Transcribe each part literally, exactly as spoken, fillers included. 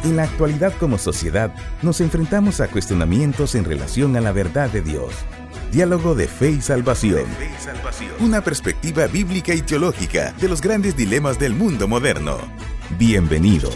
En la actualidad como sociedad, nos enfrentamos a cuestionamientos en relación a la verdad de Dios. Diálogo de Fe y Salvación. Una perspectiva bíblica y teológica de los grandes dilemas del mundo moderno. Bienvenidos.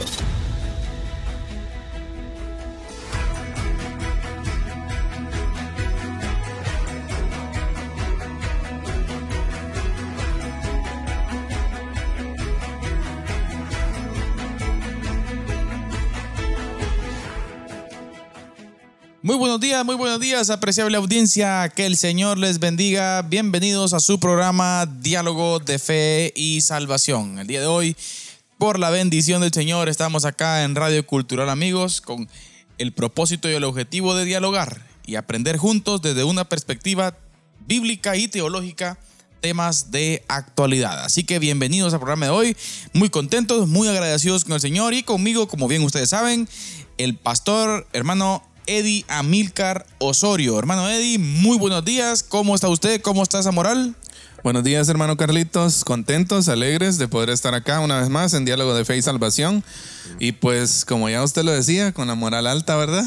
Muy buenos días, muy buenos días, apreciable audiencia, que el Señor les bendiga. Bienvenidos a su programa Diálogo de Fe y Salvación. El día de hoy, por la bendición del Señor, estamos acá en Radio Cultural Amigos con el propósito y el objetivo de dialogar y aprender juntos desde una perspectiva bíblica y teológica temas de actualidad. Así que bienvenidos al programa de hoy, muy contentos, muy agradecidos con el Señor y conmigo, como bien ustedes saben, el pastor hermano Eddie Amílcar Osorio. Hermano Eddie, muy buenos días. ¿Cómo está usted? ¿Cómo está esa moral? Buenos días, hermano Carlitos. Contentos, alegres de poder estar acá una vez más en Diálogo de Fe y Salvación. Y pues, como ya usted lo decía, con la moral alta, ¿verdad?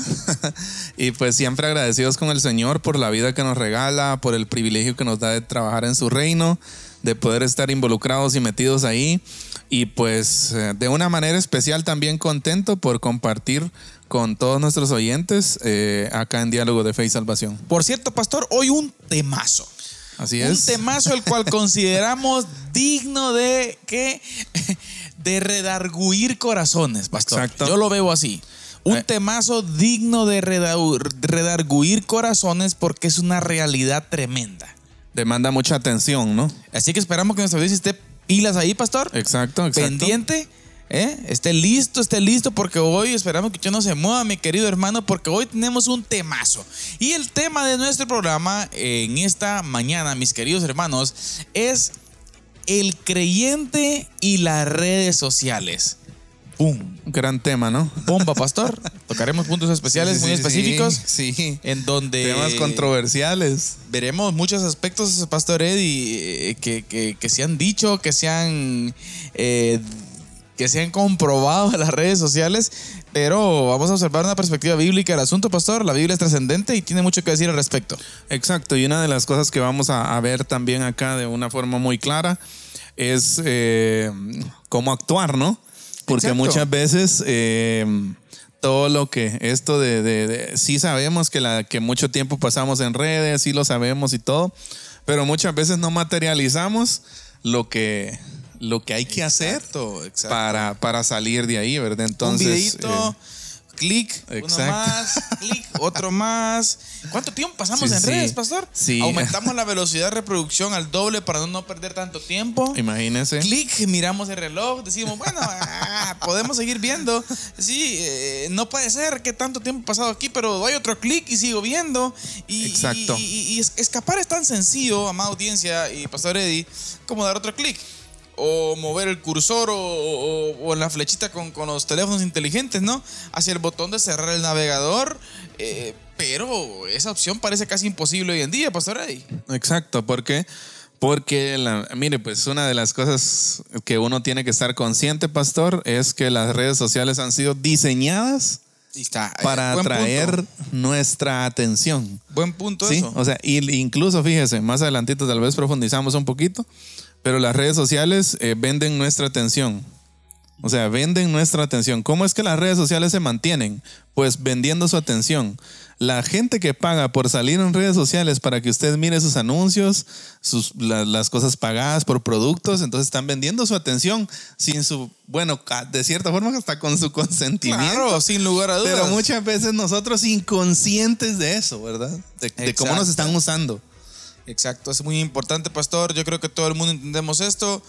Y pues siempre agradecidos con el Señor por la vida que nos regala, por el privilegio que nos da de trabajar en su reino, de poder estar involucrados y metidos ahí. Y pues de una manera especial también contento por compartir con todos nuestros oyentes eh, acá en Diálogo de Fe y Salvación. Por cierto, pastor, hoy un temazo. Así un es. Un temazo el cual consideramos digno de ¿qué? de redarguir corazones, pastor. Exacto. Yo lo veo así. Un eh. temazo digno de redarguir corazones porque es una realidad tremenda. Demanda mucha atención, ¿no? Así que esperamos que nuestra audiencia esté pilas ahí, pastor. Exacto, exacto. Pendiente. ¿Eh? Esté listo, esté listo, porque hoy esperamos que usted no se mueva, mi querido hermano, porque hoy tenemos un temazo. Y el tema de nuestro programa en esta mañana, mis queridos hermanos, es el creyente y las redes sociales. ¡Bum! Gran tema, ¿no? Bomba, pastor. Tocaremos puntos especiales sí, sí, muy sí, específicos. Sí, sí. En donde temas controversiales. Veremos muchos aspectos, pastor Eddie, que, que, que se han dicho, que se han... Eh, que se han comprobado en las redes sociales, pero vamos a observar una perspectiva bíblica del asunto, pastor. La Biblia es trascendente y tiene mucho que decir al respecto. Exacto, y una de las cosas que vamos a, a ver también acá de una forma muy clara es eh, cómo actuar, ¿no? Porque Exacto. muchas veces eh, todo lo que esto de, de, de sí sabemos que, la, que mucho tiempo pasamos en redes, sí lo sabemos y todo, pero muchas veces no materializamos lo que... lo que hay que exacto, hacer exacto. Para, para salir de ahí, ¿verdad? Entonces, un videito, eh, clic, uno más, clic, otro más. ¿Cuánto tiempo pasamos sí, en sí. redes, pastor? Sí. Aumentamos la velocidad de reproducción al doble para no perder tanto tiempo. Imagínense. Clic, miramos el reloj, decimos, bueno, ah, podemos seguir viendo. Sí, eh, no puede ser que tanto tiempo ha pasado aquí, pero doy otro clic y sigo viendo. Y, exacto. Y, y, y escapar es tan sencillo, amada audiencia y pastor Eddie, como dar otro clic. O mover el cursor o, o, o la flechita con, con los teléfonos inteligentes, ¿no? Hacia el botón de cerrar el navegador. Eh, pero esa opción parece casi imposible hoy en día, pastor Eddie. Exacto, ¿por qué? Porque, la, mire, pues una de las cosas que uno tiene que estar consciente, pastor, es que las redes sociales han sido diseñadas está, para eh, atraer punto. nuestra atención. Buen punto ¿sí? eso. O sea, incluso, fíjese, más adelantito tal vez profundizamos un poquito, pero las redes sociales eh, venden nuestra atención. O sea, venden nuestra atención. ¿Cómo es que las redes sociales se mantienen? Pues vendiendo su atención. La gente que paga por salir en redes sociales para que usted mire sus anuncios, sus, la, las cosas pagadas por productos, entonces están vendiendo su atención sin su, bueno, de cierta forma hasta con su consentimiento. Claro, sin lugar a dudas. Pero muchas veces nosotros inconscientes de eso, ¿verdad? De, de cómo nos están usando. Exacto, es muy importante, pastor. Yo creo que todo el mundo entendemos esto.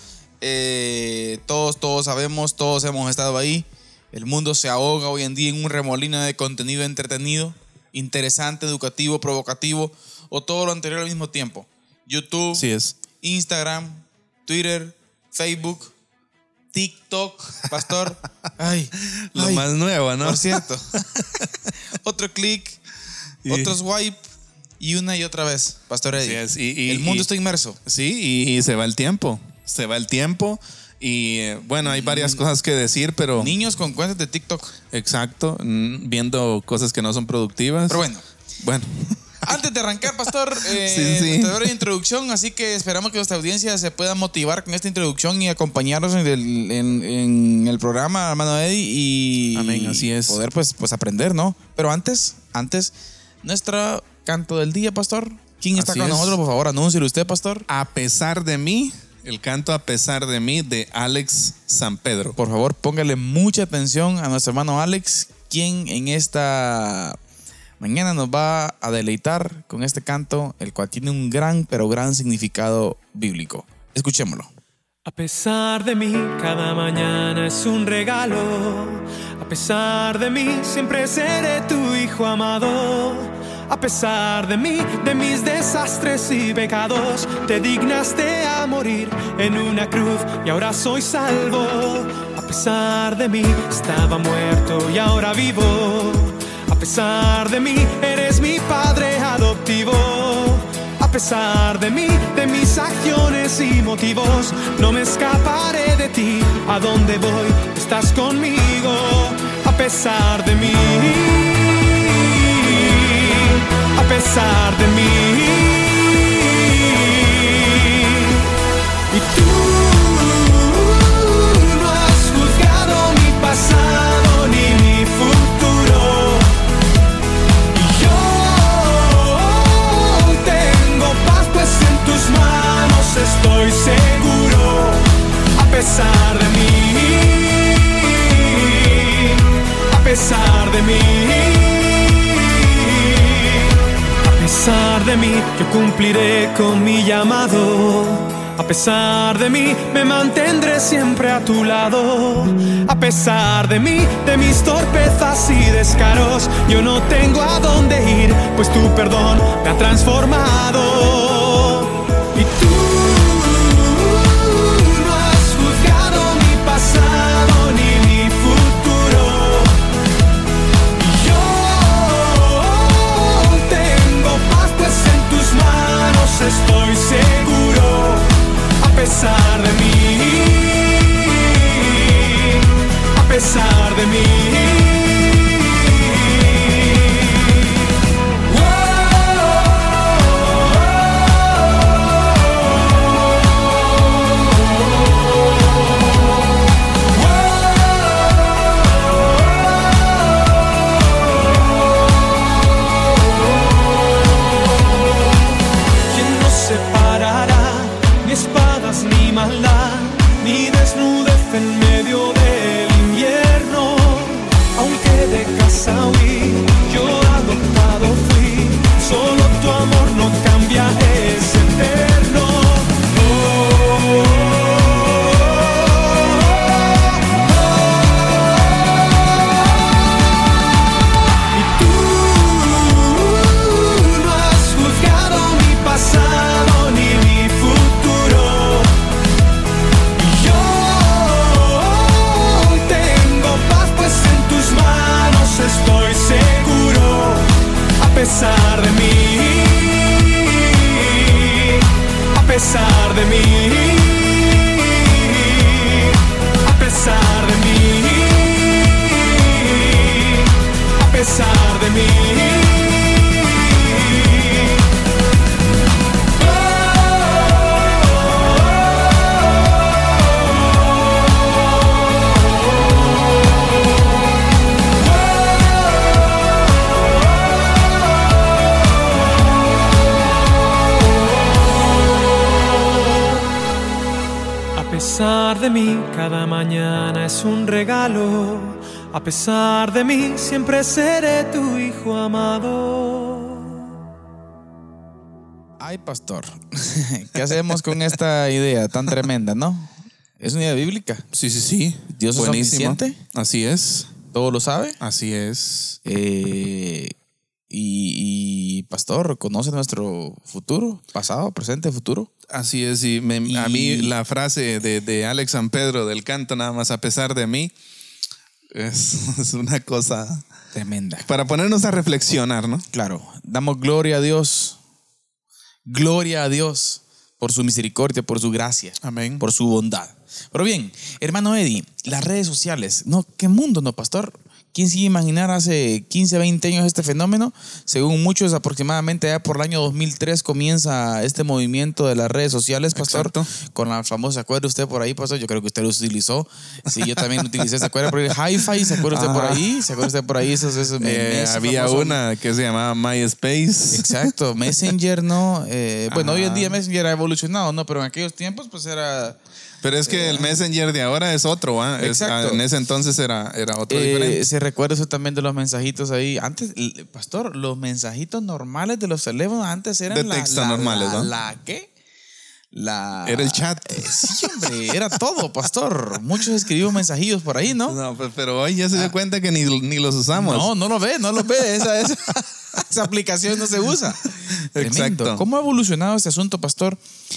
Eh, todos, todos sabemos, todos hemos estado ahí. El mundo se ahoga hoy en día en un remolino de contenido entretenido, interesante, educativo, provocativo o todo lo anterior al mismo tiempo. YouTube, sí es. Instagram, Twitter, Facebook, TikTok, pastor. Ay, lo ay, más nuevo, ¿no? Por cierto. Otro clic, y... otro swipe. Y una y otra vez, pastor Eddie. Sí es. Y, y, el mundo y, está inmerso. Sí, y, y se va el tiempo. Se va el tiempo Y eh, bueno, hay varias cosas que decir, pero... Niños con cuentas de TikTok. Exacto, mm, viendo cosas que no son productivas. Pero bueno. Bueno. Antes de arrancar, pastor, eh, Sí, sí. te doy una introducción, así que esperamos que nuestra audiencia se pueda motivar con esta introducción y acompañarnos en el, en, en el programa, hermano Eddie, y Amén, así es. poder pues, pues aprender, ¿no? Pero antes, antes, nuestro canto del día, pastor. ¿Quién está Así con es. nosotros? Por favor, anúncielo usted, pastor. A pesar de mí, el canto A pesar de mí de Alex San Pedro. Por favor, póngale mucha atención a nuestro hermano Alex, quien en esta mañana nos va a deleitar con este canto, el cual tiene un gran, pero gran significado bíblico. Escuchémoslo. A pesar de mí, cada mañana es un regalo. A pesar de mí, siempre seré tu hijo amado. A pesar de mí, de mis desastres y pecados, te dignaste a morir en una cruz y ahora soy salvo. A pesar de mí, estaba muerto y ahora vivo. A pesar de mí, eres mi padre adoptivo. A pesar de mí, de mis acciones y motivos, no me escaparé de ti. A donde voy, estás conmigo. A pesar de mí, a pesar de mí. Y tú no has juzgado mi pasado ni mi futuro. Y yo tengo paz, pues en tus manos estoy seguro. A pesar de mí, a pesar de mí, a pesar de mí, yo cumpliré con mi llamado. A pesar de mí, me mantendré siempre a tu lado. A pesar de mí, de mis torpezas y descaros, yo no tengo a dónde ir, pues tu perdón me ha transformado. Y tú no has juzgado mi pasado ni mi futuro. Y yo tengo paz, pues en tus manos estoy seguro. A pesar de mí, a pesar de mí. ¿Quién nos separará? Ni espadas ni maldad, ni desnudez en medio del invierno. Aunque de casa huí, yo adoptado fui. Solo tu amor no cambia, es eterno. Oh, oh, oh, oh. Y tú no has juzgado mi pasado ni mi futuro. Y yo tengo paz, pues en tus manos estoy seguro. A pesar de mí, a pesar de mí, a pesar de mí, a pesar de mí. A pesar de mí, cada mañana es un regalo. A pesar de mí, siempre seré tu hijo amado. Ay, pastor, ¿qué hacemos con esta idea tan tremenda, no? Es una idea bíblica. Sí, sí, sí. Dios es Buenísimo. omnisciente. Así es. Todo lo sabe. Así es. Eh, y, y, pastor, conoce nuestro futuro, pasado, presente, futuro. Así es. Y, me, Y- a mí la frase de, de Alex San Pedro del canto, nada más a pesar de mí, es, es una cosa Tremenda. para ponernos a reflexionar, ¿no? Claro, damos gloria a Dios. Gloria a Dios por su misericordia, por su gracia, Amén. por su bondad. Pero bien, hermano Eddie, las redes sociales, no, qué mundo, ¿no, pastor? ¿Quién se iba a imaginar hace quince, veinte años este fenómeno? Según muchos, aproximadamente ya por el año dos mil tres comienza este movimiento de las redes sociales, pastor. Exacto. Con la famosa, ¿se acuerda usted por ahí, pastor? Yo creo que usted lo utilizó. Sí, yo también utilicé, ¿se acuerda por ahí? Hi-Fi, ¿se acuerda usted ah. por ahí? ¿Se acuerda usted por ahí? Esos, esos, eh, esos había famosos... una que se llamaba MySpace. Exacto, Messenger, ¿no? Eh, bueno, hoy en día Messenger ha evolucionado, ¿no? Pero en aquellos tiempos, pues era... Pero es que el Messenger de ahora es otro, ¿eh? Exacto. Es, en ese entonces era, era otro eh, diferente. Se recuerda eso también de los mensajitos ahí. Antes, pastor, los mensajitos normales de los teléfonos antes eran de texto la, la, normales, la, ¿no? La, ¿qué? La... Era el chat. Eh, sí, hombre, era todo, pastor. Muchos escribimos mensajillos por ahí, ¿no? No, pero hoy ya se ah. dio cuenta que ni, ni los usamos. No, no lo ve, no lo ve. Esa, esa, esa aplicación no se usa. Tremendo. Exacto. ¿Cómo ha evolucionado este asunto, pastor?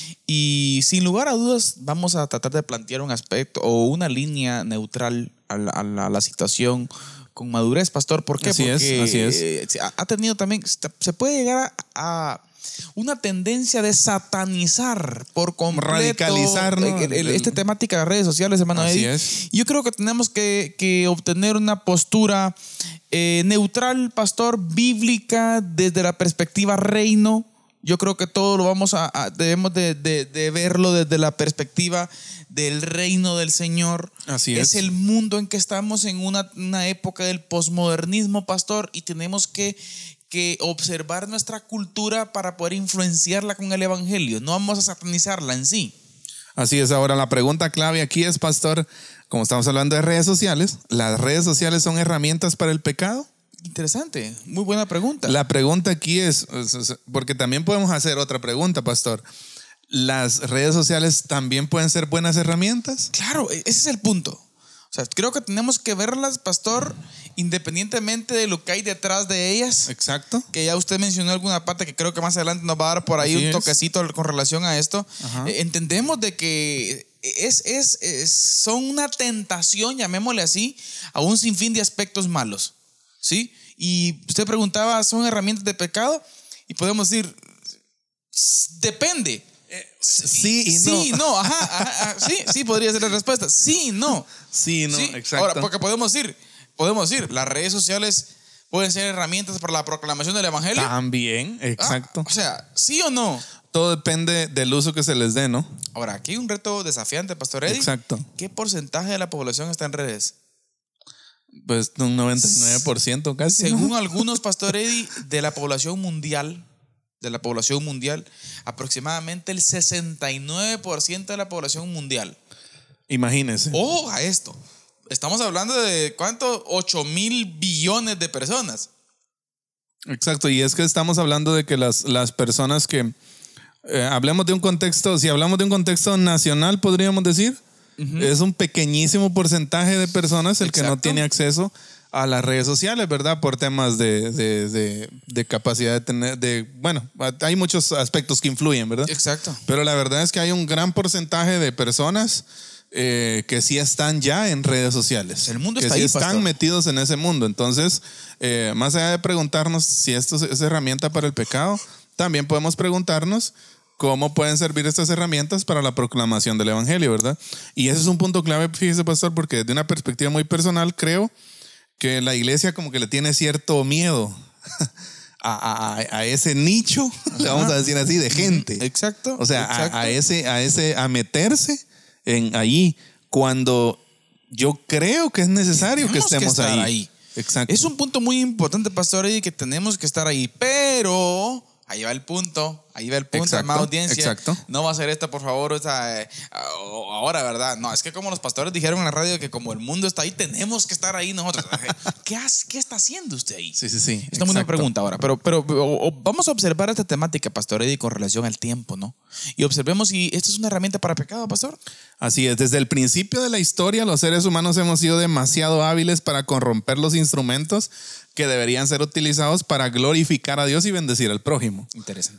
Y sin lugar a dudas vamos a tratar de plantear un aspecto o una línea neutral a la, a la, a la situación con madurez, pastor. ¿Por qué? Así Porque es, así es. ha tenido también, se puede llegar a, a una tendencia de satanizar por completo, radicalizar, ¿no? el, el, esta temática de las redes sociales, hermano Así Eddie. es. Yo creo que tenemos que, que obtener una postura eh, neutral, pastor, bíblica, desde la perspectiva reino. Yo creo que todo lo vamos a, a debemos de, de, de verlo desde la perspectiva del reino del Señor. Así es. Es el mundo en que estamos en una, una época del posmodernismo, pastor, y tenemos que, que observar nuestra cultura para poder influenciarla con el evangelio. No vamos a satanizarla en sí. Así es. Ahora la pregunta clave aquí es, pastor, como estamos hablando de redes sociales, ¿las redes sociales son herramientas para el pecado? Interesante, muy buena pregunta. La pregunta aquí es, porque también podemos hacer otra pregunta, pastor. ¿Las redes sociales también pueden ser buenas herramientas? Claro, ese es el punto. O sea, creo que tenemos que verlas, pastor, independientemente de lo que hay detrás de ellas. Exacto. Que ya usted mencionó alguna parte que creo que más adelante nos va a dar por ahí Así un toquecito es. con relación a esto. Eh, entendemos de que es, es, es, son una tentación, llamémosle así, a un sinfín de aspectos malos. ¿Sí? Y usted preguntaba, ¿son herramientas de pecado? Y podemos decir, depende. Eh, sí y no. Sí, no, ajá, ajá, ajá, sí, sí podría ser la respuesta. Sí, no. Sí, no, sí. exacto. Ahora, porque podemos decir, podemos decir, las redes sociales pueden ser herramientas para la proclamación del evangelio. También, exacto. Ah, o sea, ¿sí o no? Todo depende del uso que se les dé, ¿no? Ahora, aquí hay un reto desafiante, Pastor Eddie. Exacto. ¿Qué porcentaje de la población está en redes? Pues un noventa y nueve por ciento casi. Según ¿no? algunos, Pastor Eddie, de la población mundial, de la población mundial, aproximadamente el sesenta y nueve por ciento de la población mundial. Imagínese. Ojo a esto. Estamos hablando de ¿cuánto? ocho mil billones de personas. Exacto. Y es que estamos hablando de que las, las personas que eh, hablemos de un contexto, si hablamos de un contexto nacional, podríamos decir. Uh-huh. Es un pequeñísimo porcentaje de personas el Exacto. que no tiene acceso a las redes sociales, ¿verdad? Por temas de, de, de, de capacidad de tener, de, bueno, hay muchos aspectos que influyen, ¿verdad? Exacto. Pero la verdad es que hay un gran porcentaje de personas eh, que sí están ya en redes sociales. El mundo que está sí ahí, están pastor. metidos en ese mundo. Entonces, eh, más allá de preguntarnos si esto es herramienta para el pecado, también podemos preguntarnos cómo pueden servir estas herramientas para la proclamación del evangelio, ¿verdad? Y ese es un punto clave, fíjese, pastor, porque desde una perspectiva muy personal creo que la iglesia como que le tiene cierto miedo a, a, a ese nicho, le vamos a decir así, de gente. Exacto. O sea, exacto. A, a ese, a ese, a meterse en allí cuando yo creo que es necesario tenemos que estemos que estar ahí. ahí. Exacto. Es un punto muy importante, pastor, y que tenemos que estar ahí, pero ahí va el punto. Ahí va el punto, exacto, más audiencia. Exacto. No va a ser esta, por favor, esa, eh, ahora, ¿verdad? No, es que como los pastores dijeron en la radio que como el mundo está ahí, tenemos que estar ahí nosotros. ¿Qué, has, qué está haciendo usted ahí? Sí, sí, sí. Es una buena pregunta ahora, pero, pero o, o, vamos a observar esta temática, Pastor Eddie, con relación al tiempo, ¿no? Y observemos si esto es una herramienta para pecado, pastor. Así es, desde el principio de la historia los seres humanos hemos sido demasiado hábiles para corromper los instrumentos que deberían ser utilizados para glorificar a Dios y bendecir al prójimo. Interesantísimo. Que también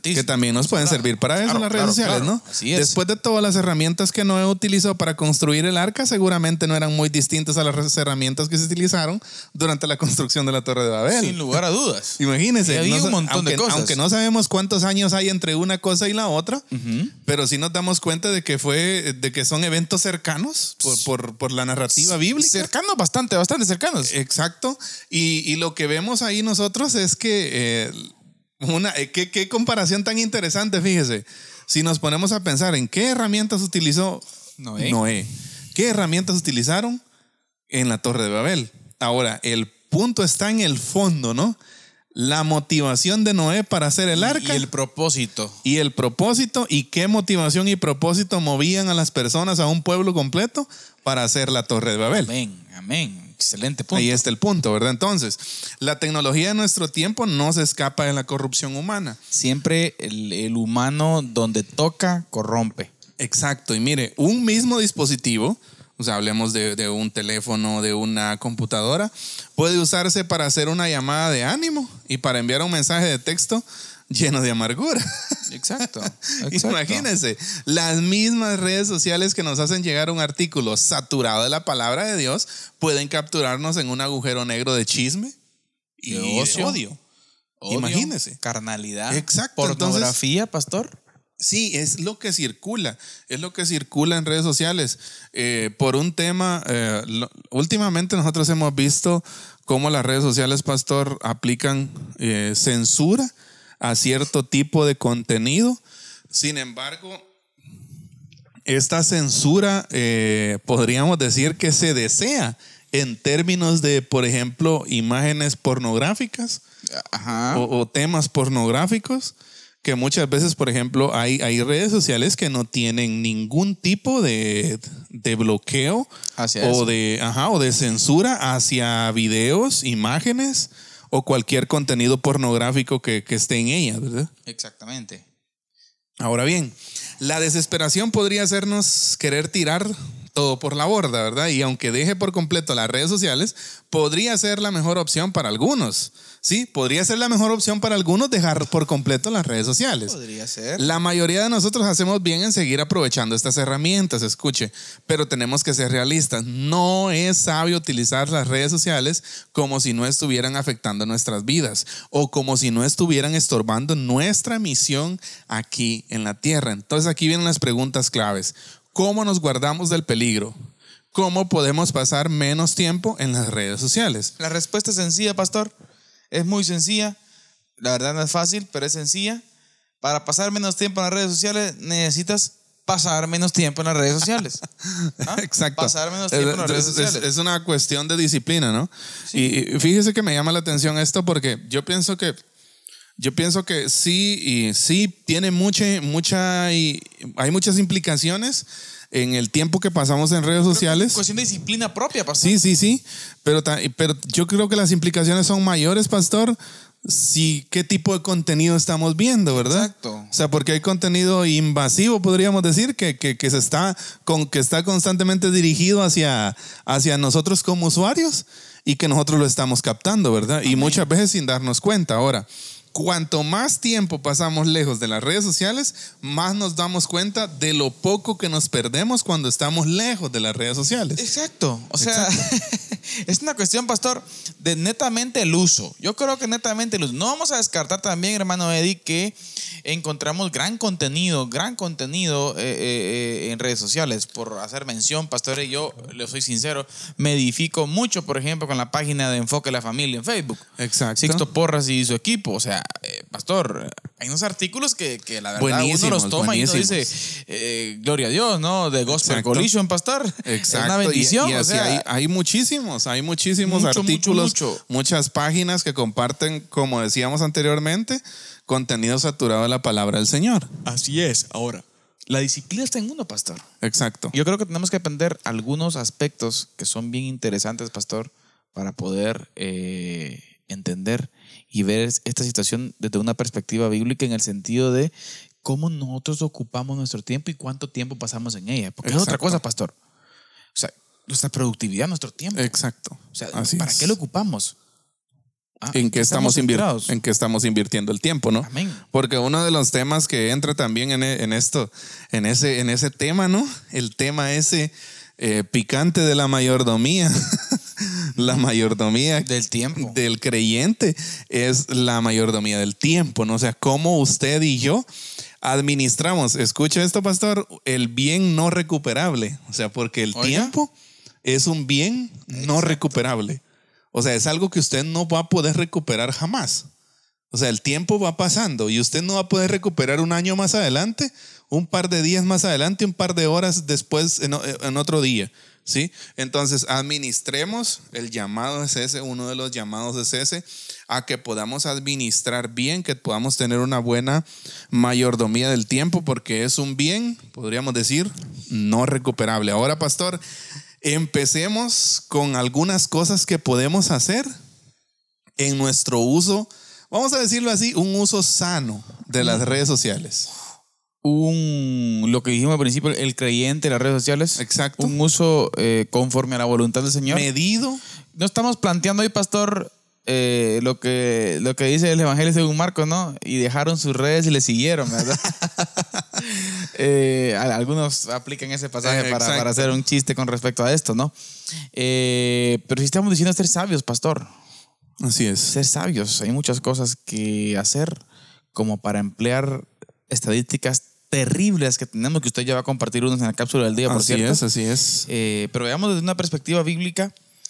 también nos pueden Claro, servir para eso claro, las redes claro, sociales, claro. ¿no? Así es. Después de todas las herramientas que Noé utilizó para construir el arca, seguramente no eran muy distintas a las herramientas que se utilizaron durante la construcción de la Torre de Babel. Sin lugar a dudas. Imagínense, Y había no un sa- montón aunque, de cosas. aunque no sabemos cuántos años hay entre una cosa y la otra, Ujú. pero sí nos damos cuenta de que fue, de que son eventos cercanos por, por, por la narrativa bíblica. Cercanos, bastante, bastante cercanos. Exacto. Y, y lo que vemos ahí nosotros es que eh, una, eh, qué, qué comparación tan interesante, fíjese. Si nos ponemos a pensar en qué herramientas utilizó Noé. Noé, qué herramientas utilizaron en la Torre de Babel. Ahora, el punto está en el fondo, ¿no? La motivación de Noé para hacer el arca. Y el propósito. Y el propósito, y qué motivación y propósito movían a las personas, a un pueblo completo, para hacer la Torre de Babel. Amén, amén. Excelente punto. Ahí está el punto, ¿verdad? Entonces, la tecnología de nuestro tiempo no se escapa de la corrupción humana. Siempre el, el humano donde toca, corrompe. Exacto. Y mire, un mismo dispositivo, o sea, hablemos de, de un teléfono, de una computadora, puede usarse para hacer una llamada de ánimo y para enviar un mensaje de texto lleno de amargura. Exacto, exacto. Imagínense, las mismas redes sociales que nos hacen llegar un artículo saturado de la palabra de Dios pueden capturarnos en un agujero negro de chisme y De de ocio. odio. Odio, Imagínese. Carnalidad. Exacto, Pornografía, pastor. Sí, es lo que circula, es lo que circula en redes sociales. Eh, por un tema, eh, lo- últimamente nosotros hemos visto cómo las redes sociales, pastor, aplican eh, censura a cierto tipo de contenido. Sin embargo, esta censura eh, podríamos decir que se desea en términos de, por ejemplo, imágenes pornográficas Ajá. o, o temas pornográficos, que muchas veces, por ejemplo, hay, hay redes sociales que no tienen ningún tipo de, de bloqueo Hacia o eso. de, ajá, o de censura hacia videos, imágenes o cualquier contenido pornográfico que, que esté en ellas, ¿verdad? Exactamente. Ahora bien, la desesperación podría hacernos querer tirar todo por la borda, ¿verdad? Y aunque deje por completo las redes sociales, podría ser la mejor opción para algunos. Sí, podría ser la mejor opción para algunos dejar por completo las redes sociales. Podría ser. La mayoría de nosotros hacemos bien en seguir aprovechando estas herramientas, escuche, pero tenemos que ser realistas. No es sabio utilizar las redes sociales como si no estuvieran afectando nuestras vidas o como si no estuvieran estorbando nuestra misión aquí en la tierra. Entonces aquí vienen las preguntas claves. ¿Cómo nos guardamos del peligro? ¿Cómo podemos pasar menos tiempo en las redes sociales? La respuesta es sencilla, pastor. Es muy sencilla. La verdad no es fácil, pero es sencilla. Para pasar menos tiempo en las redes sociales, necesitas pasar menos tiempo en las redes sociales. ¿Ah? Exacto. Pasar menos tiempo en las redes Es- sociales. Es, es una cuestión de disciplina, ¿no? Y, y fíjese que me llama la atención esto porque yo pienso que yo pienso que sí y sí tiene mucha mucha y hay muchas implicaciones en el tiempo que pasamos en redes sociales. Cuestión de disciplina propia, pastor. Sí, sí, sí, pero, ta- pero yo creo que las implicaciones son mayores, pastor, si qué tipo de contenido estamos viendo, ¿verdad? Exacto. O sea, porque hay contenido invasivo, podríamos decir, que, que, que se está, con, que está constantemente dirigido hacia, hacia nosotros como usuarios y que nosotros lo estamos captando, ¿verdad? Y muchas veces sin darnos cuenta. Ahora, cuanto más tiempo pasamos lejos de las redes sociales, más nos damos cuenta de lo poco que nos perdemos cuando estamos lejos de las redes sociales. Exacto. O sea, es una cuestión, pastor, de netamente el uso. Yo creo que netamente el uso. No vamos a descartar también, hermano Eddie, que encontramos gran contenido, gran contenido eh, eh, en redes sociales. Por hacer mención, pastor, y yo, le soy sincero, me edifico mucho, por ejemplo, con la página de Enfoque a la Familia en Facebook. Exacto. Sixto Porras y su equipo. O sea, eh, pastor, hay unos artículos que, que la verdad uno Buenísimos, los toma y uno buenísimos. dice, eh, gloria a Dios, ¿no? De Gospel Exacto. Collision, pastor. Exacto. Es una bendición. Y, y o así sea, hay, hay muchísimos, hay muchísimos Mucho, artículos, mucho, mucho. muchas páginas que comparten, como decíamos anteriormente, contenido saturado de la palabra del Señor. así es. Ahora, la disciplina está en uno, pastor. Exacto. Yo creo que tenemos que aprender algunos aspectos que son bien interesantes, pastor, para poder eh, entender y ver esta situación desde una perspectiva bíblica en el sentido de cómo nosotros ocupamos nuestro tiempo y cuánto tiempo pasamos en ella. Porque es otra Exacto. cosa, pastor. O sea, nuestra productividad, nuestro tiempo. Exacto. O sea, Así ¿para es. qué lo ocupamos? Ah, en qué estamos, estamos invir- en qué estamos invirtiendo el tiempo, ¿no? Amén. Porque uno de los temas que entra también en, en esto, en ese, en ese tema, ¿no? El tema ese eh, picante de la mayordomía. La mayordomía del tiempo del creyente es la mayordomía del tiempo, ¿no? O sea, cómo usted y yo administramos, escucha esto, pastor, el bien no recuperable. O sea, porque el Oiga. tiempo es un bien no Exacto. recuperable. O sea, es algo que usted no va a poder recuperar jamás. O sea, el tiempo va pasando y usted no va a poder recuperar un año más adelante, un par de días más adelante, un par de horas después en, en otro día, ¿sí? Entonces, administremos, el llamado es ese, uno de los llamados es ese, a que podamos administrar bien, que podamos tener una buena mayordomía del tiempo, porque es un bien, podríamos decir, no recuperable. Ahora, pastor, empecemos con algunas cosas que podemos hacer en nuestro uso, vamos a decirlo así, un uso sano de las redes sociales. Un, lo que dijimos al principio, el creyente en las redes sociales. Exacto. Un uso eh, conforme a la voluntad del Señor. Medido. No estamos planteando hoy, pastor, eh, lo, que, lo que dice el Evangelio según Marcos, ¿no? Y dejaron sus redes y le siguieron, ¿verdad? eh, algunos aplican ese pasaje Eh, para, exacto. para hacer un chiste con respecto a esto, ¿no? Eh, pero si estamos diciendo ser sabios, pastor. Así es. Ser sabios. Hay muchas cosas que hacer como para emplear estadísticas terribles que tenemos, que usted ya va a compartir unos en la cápsula del día, por Así cierto. es, así es. Eh, pero veamos desde una perspectiva bíblica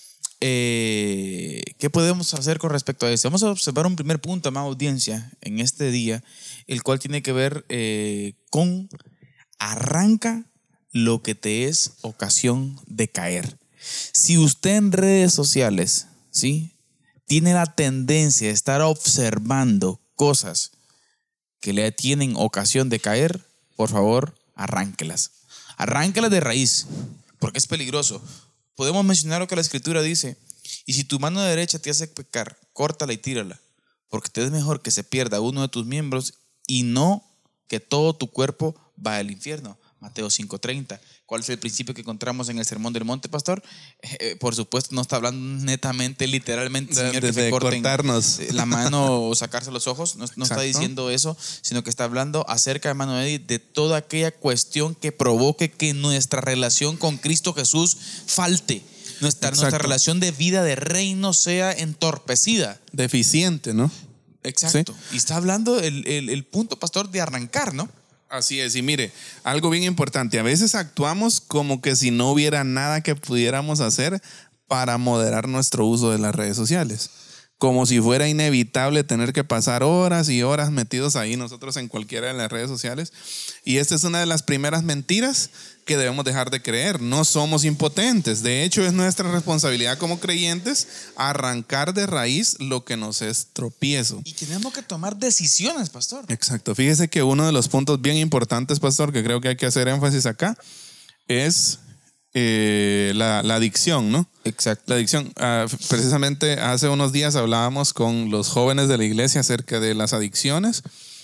eh, qué podemos hacer con respecto a eso. Vamos a observar un primer punto, amada audiencia, en este día, el cual tiene que ver eh, con arranca lo que te es ocasión de caer. Si usted en redes sociales, ¿sí?, tiene la tendencia de estar observando cosas que le tienen ocasión de caer, por favor, arránquelas. Arránquelas de raíz, porque es peligroso. Podemos mencionar lo que la Escritura dice: y si tu mano derecha te hace pecar, córtala y tírala, porque te es mejor que se pierda uno de tus miembros y no que todo tu cuerpo vaya al infierno. Mateo cinco treinta. ¿Cuál es el principio que encontramos en el Sermón del Monte, pastor? Eh, por supuesto, no está hablando netamente, literalmente, De, Señor, de, que se de corten cortarnos. la mano o sacarse los ojos. No, no está Exacto. diciendo eso, sino que está hablando acerca, hermano Eddie, de toda aquella cuestión que provoque que nuestra relación con Cristo Jesús falte. Nuestra, nuestra Exacto. relación de vida de reino sea entorpecida. Deficiente, ¿no? Exacto. Sí. Y está hablando el, el, el punto, pastor, de arrancar, ¿no? Así es, y mire, algo bien importante, a veces actuamos como que si no hubiera nada que pudiéramos hacer para moderar nuestro uso de las redes sociales, como si fuera inevitable tener que pasar horas y horas metidos ahí nosotros en cualquiera de las redes sociales. Y esta es una de las primeras mentiras que debemos dejar de creer. No somos impotentes, de hecho es nuestra responsabilidad como creyentes arrancar de raíz lo que nos es tropiezo. Y tenemos que tomar decisiones, pastor. Exacto. Fíjese que uno de los puntos bien importantes, pastor, que creo que hay que hacer énfasis acá, es eh, la, la adicción, ¿no? Exacto. La adicción. Uh, precisamente hace unos días hablábamos con los jóvenes de la iglesia acerca de las adicciones.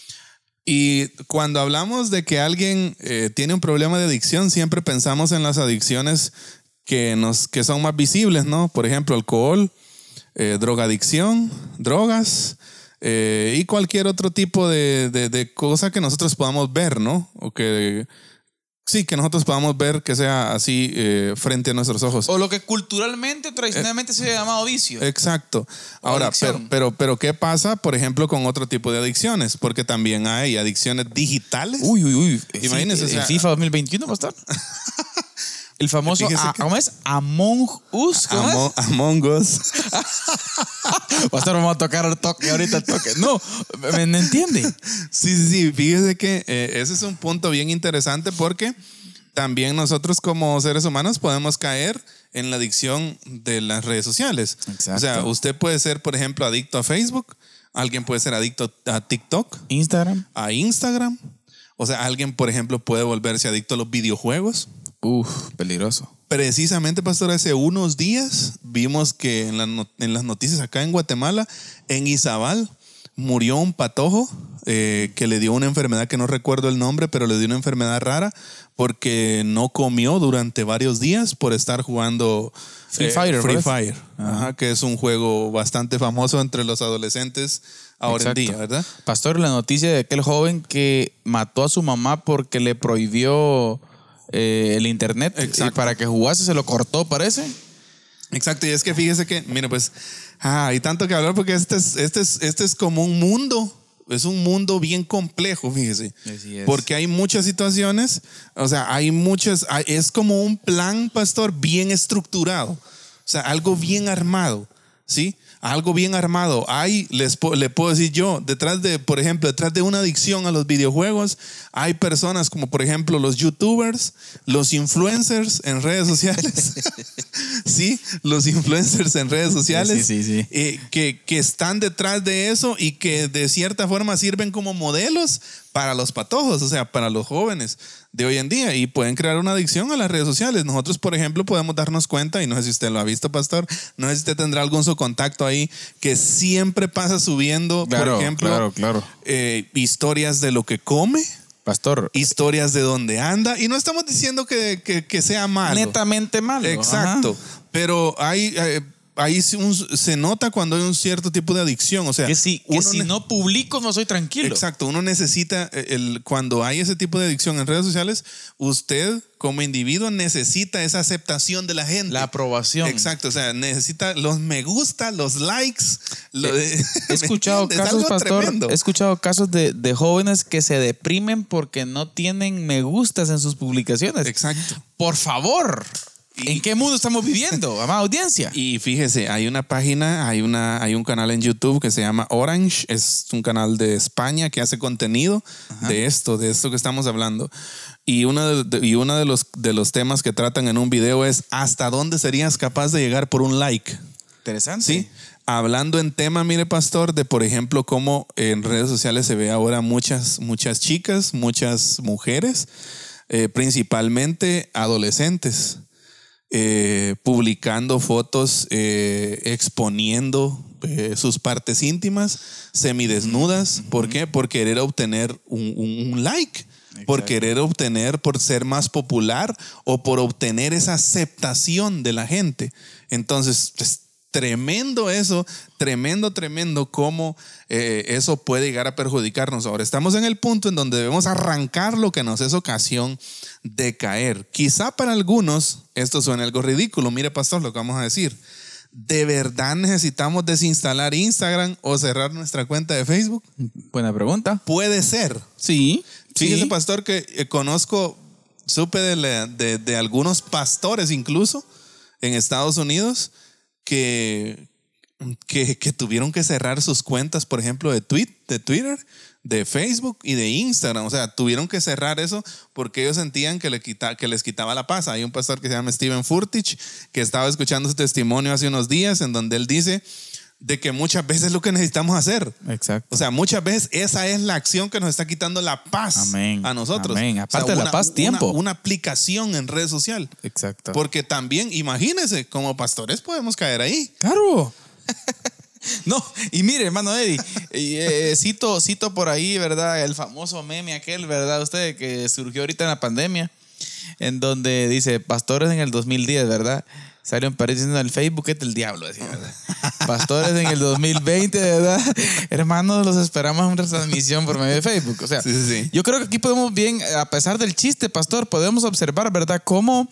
Y cuando hablamos de que alguien eh, tiene un problema de adicción, siempre pensamos en las adicciones que, nos, que son más visibles, ¿no? Por ejemplo, alcohol, eh, drogadicción, drogas eh, y cualquier otro tipo de, de, de cosa que nosotros podamos ver, ¿no? O que sí, que nosotros podamos ver que sea así eh, frente a nuestros ojos. O lo que culturalmente o tradicionalmente eh, se ha llamado vicio. Exacto. Ahora, pero, pero, pero ¿qué pasa, por ejemplo, con otro tipo de adicciones? Porque también hay adicciones digitales. Uy, uy, uy. Imagínense. El O sea, FIFA dos mil veintiuno, pastor. El famoso, a, que, ¿cómo es? Among Us. ¿Cómo Among, es? Among Us. Pastor, vamos a tocar el toque, ahorita el toque. No, ¿me, me entiende? Sí, sí, sí. Fíjese que eh, ese es un punto bien interesante porque también nosotros como seres humanos podemos caer en la adicción de las redes sociales. Exacto. O sea, usted puede ser, por ejemplo, adicto a Facebook. Alguien puede ser adicto a TikTok. Instagram. A Instagram. O sea, alguien, por ejemplo, puede volverse adicto a los videojuegos. Uf, peligroso. Precisamente, pastor, hace unos días vimos que en, la no, en las noticias acá en Guatemala, en Izabal, murió un patojo eh, que le dio una enfermedad que no recuerdo el nombre, pero le dio una enfermedad rara porque no comió durante varios días por estar jugando Free eh, Fire, Free ¿verdad? Fire, ajá, que es un juego bastante famoso entre los adolescentes ahora Exacto. en día, ¿verdad? Pastor, la noticia de aquel joven que mató a su mamá porque le prohibió eh, el internet y para que jugase se lo cortó, parece. Exacto, y es que fíjese que, mire, pues, ah, hay tanto que hablar porque este es, este es, este es como un mundo. Es un mundo bien complejo, fíjese. Así es. Porque hay muchas situaciones, o sea, hay muchas, hay, es como un plan, pastor, bien estructurado. O sea, algo bien armado, ¿sí? Algo bien armado. Hay, les le puedo decir yo, detrás de, por ejemplo, detrás de una adicción a los videojuegos, hay personas como, por ejemplo, los youtubers, los influencers en redes sociales, ¿sí? Los influencers en redes sociales, sí, sí, sí. Eh, que, que están detrás de eso y que de cierta forma sirven como modelos para los patojos, o sea, para los jóvenes de hoy en día, y pueden crear una adicción a las redes sociales. Nosotros, por ejemplo, podemos darnos cuenta, y no sé si usted lo ha visto, pastor, no sé si usted tendrá algún su contacto ahí, que siempre pasa subiendo, Claro, por ejemplo, claro, claro. Eh, historias de lo que come, Pastor, historias de dónde anda, y no estamos diciendo que, que, que sea malo. netamente malo. Exacto, Ajá. pero hay... Eh, ahí se, un, se nota cuando hay un cierto tipo de adicción, o sea, Que si, que uno si ne- no publico no soy tranquilo. Exacto, uno necesita, el, cuando hay ese tipo de adicción en redes sociales, usted como individuo necesita esa aceptación de la gente. La aprobación. Exacto, o sea, necesita los me gusta, los likes. Lo de, He escuchado ¿me entiendes? casos, Algo pastor, tremendo. he escuchado casos de, de jóvenes que se deprimen porque no tienen me gustas en sus publicaciones. Exacto. Por favor, ¿en qué mundo estamos viviendo, amada audiencia? Y fíjese, hay una página, hay, una, hay un canal en YouTube que se llama Orange, es un canal de España que hace contenido Ajá. de esto, de esto que estamos hablando. Y uno, de, y uno de, los, de los temas que tratan en un video es ¿hasta dónde serías capaz de llegar por un like? Interesante. Sí, hablando en tema, mire, pastor, de por ejemplo cómo en redes sociales se ve ahora muchas, muchas chicas, muchas mujeres, eh, principalmente adolescentes, Eh, publicando fotos, eh, exponiendo eh, sus partes íntimas, semidesnudas. Uh-huh. ¿Por qué? Por querer obtener un, un, un like. Exacto. Por querer obtener, por ser más popular o por obtener esa aceptación de la gente. Entonces, pues, tremendo eso, tremendo, tremendo cómo eh, eso puede llegar a perjudicarnos. Ahora estamos en el punto en donde debemos arrancar lo que nos es ocasión de caer. Quizá para algunos esto suene algo ridículo. Mire, pastor, lo que vamos a decir. ¿De verdad necesitamos desinstalar Instagram o cerrar nuestra cuenta de Facebook? Buena pregunta. Puede ser. Sí. Fíjese, sí. pastor, que eh, conozco, supe de, la, de, de algunos pastores incluso en Estados Unidos que, que, que tuvieron que cerrar sus cuentas, por ejemplo, de, tweet, de Twitter, de Facebook y de Instagram. O sea, tuvieron que cerrar eso porque ellos sentían que, le quita, que les quitaba la paz. Hay un pastor que se llama Steven Furtick que estaba escuchando su testimonio hace unos días en donde él dice de que muchas veces es lo que necesitamos hacer. Exacto. O sea, muchas veces esa es la acción que nos está quitando la paz Amén. a nosotros. Amén. Aparte o sea, de una, la paz, tiempo. Una, una aplicación en red social. Exacto. Porque también, imagínense, como pastores podemos caer ahí. Claro. No, y mire, hermano Eddie, eh, cito, cito por ahí, ¿verdad? El famoso meme aquel, ¿verdad? Usted que surgió ahorita en la pandemia, en donde dice, pastores en el dos mil diez, ¿verdad? Salió en París diciendo el Facebook es del diablo, decía, ¿verdad? Pastores en el dos mil veinte, ¿verdad? Hermanos, los esperamos en una transmisión por medio de Facebook. O sea, sí, sí, sí. Yo creo que aquí podemos bien, a pesar del chiste, pastor, podemos observar, ¿verdad? Cómo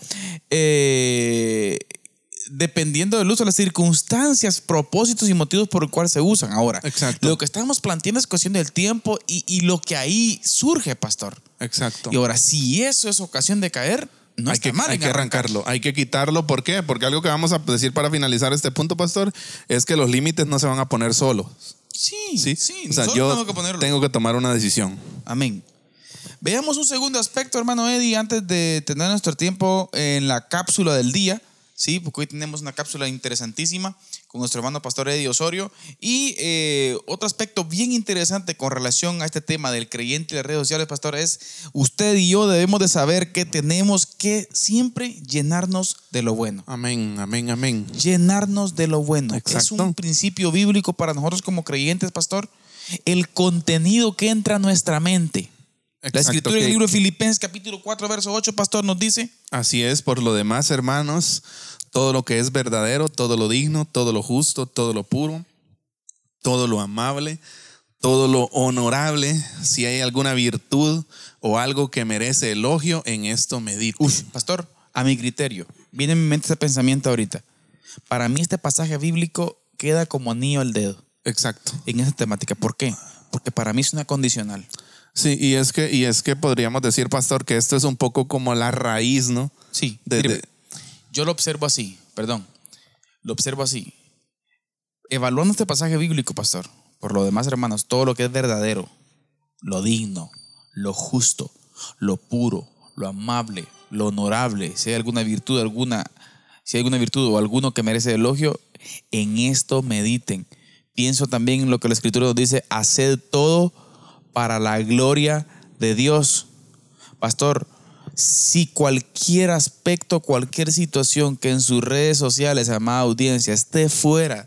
eh, dependiendo del uso, las circunstancias, propósitos y motivos por el cual se usan. Ahora, exacto. Lo que estamos planteando es cuestión del tiempo y, y lo que ahí surge, pastor. Exacto. Y ahora, si eso es ocasión de caer, no hay está que, mal hay que arrancarlo, hay que quitarlo. ¿Por qué? Porque algo que vamos a decir para finalizar este punto, pastor, es que los límites no se van a poner solos. Sí, sí, sí. O sea, yo tengo que, ponerlo. tengo que tomar una decisión. Amén. Veamos un segundo aspecto, hermano Eddie, antes de tener nuestro tiempo en la cápsula del día. Sí, porque hoy tenemos una cápsula interesantísima con nuestro hermano pastor Eddie Osorio. Y eh, otro aspecto bien interesante con relación a este tema del creyente y las redes sociales, pastor, es usted y yo debemos de saber que tenemos que siempre llenarnos de lo bueno. Amén, amén, amén. Llenarnos de lo bueno. Exacto. Es un principio bíblico para nosotros como creyentes, pastor. El contenido que entra a nuestra mente, Exacto, la escritura en el libro de Filipenses capítulo cuatro, verso ocho, pastor, nos dice. Así es, por lo demás, hermanos, todo lo que es verdadero, todo lo digno, todo lo justo, todo lo puro, todo lo amable, todo lo honorable, si hay alguna virtud o algo que merece elogio, en esto medite. Uf, pastor, a mi criterio, viene en mi mente ese pensamiento ahorita. Para mí este pasaje bíblico queda como anillo al dedo. Exacto. En esa temática. ¿Por qué? Porque para mí es una condicional. Sí, y es que, y es que podríamos decir, pastor, que esto es un poco como la raíz, ¿no? Sí. De, mire, de... Yo lo observo así, perdón. Lo observo así. Evaluando este pasaje bíblico, pastor, por lo demás, hermanos, todo lo que es verdadero, lo digno, lo justo, lo puro, lo amable, lo honorable, si hay alguna virtud, alguna, si hay alguna virtud o alguno que merece elogio, en esto mediten. Pienso también en lo que la Escritura nos dice, haced todo para la gloria de Dios. Pastor, si cualquier aspecto, cualquier situación que en sus redes sociales, amada audiencia, esté fuera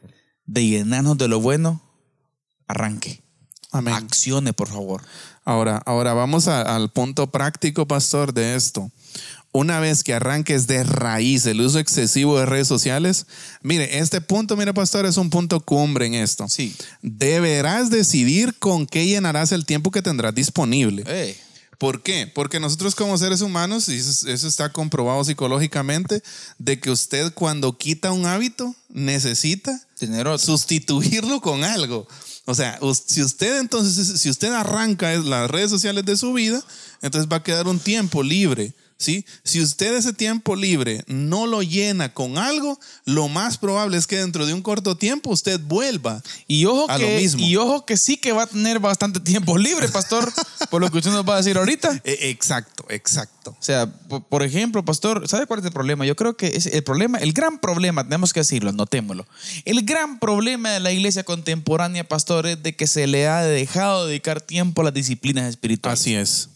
de llenarnos de lo bueno, arranque. Amén. Accione, por favor. Ahora, ahora vamos a, al punto práctico, pastor, de esto. Una vez que arranques de raíz el uso excesivo de redes sociales, mire, este punto, mire, pastor, es un punto cumbre en esto. Sí. Deberás decidir con qué llenarás el tiempo que tendrás disponible. Hey. ¿Por qué? Porque nosotros como seres humanos, y eso, eso está comprobado psicológicamente, de que usted cuando quita un hábito necesita tener otro, sustituirlo con algo. O sea, si usted entonces, si usted arranca las redes sociales de su vida, entonces va a quedar un tiempo libre. ¿Sí? Si usted ese tiempo libre no lo llena con algo, lo más probable es que dentro de un corto tiempo usted vuelva y ojo a que, lo mismo. Y ojo que sí que va a tener bastante tiempo libre, pastor, por lo que usted nos va a decir ahorita. Exacto, exacto. O sea, por, por ejemplo, pastor, ¿sabe cuál es el problema? Yo creo que es el problema, el gran problema, tenemos que decirlo, notémoslo. El gran problema de la iglesia contemporánea, pastor, es de que se le ha dejado de dedicar tiempo a las disciplinas espirituales. Así es.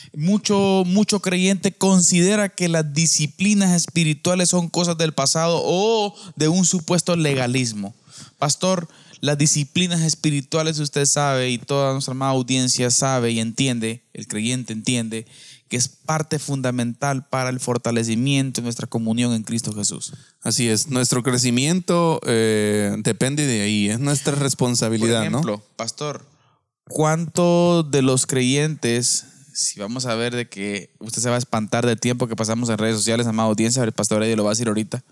Mucho, mucho creyente considera que las disciplinas espirituales son cosas del pasado o de un supuesto legalismo. Pastor, las disciplinas espirituales, usted sabe, y toda nuestra amada audiencia sabe y entiende, el creyente entiende, que es parte fundamental para el fortalecimiento de nuestra comunión en Cristo Jesús. Así es, nuestro crecimiento eh, depende de ahí, es nuestra responsabilidad. Por ejemplo, ¿no? pastor, ¿cuántos de los creyentes... Si vamos a ver de que usted se va a espantar del tiempo que pasamos en redes sociales, amada audiencia, el pastor Eddie lo va a decir ahorita,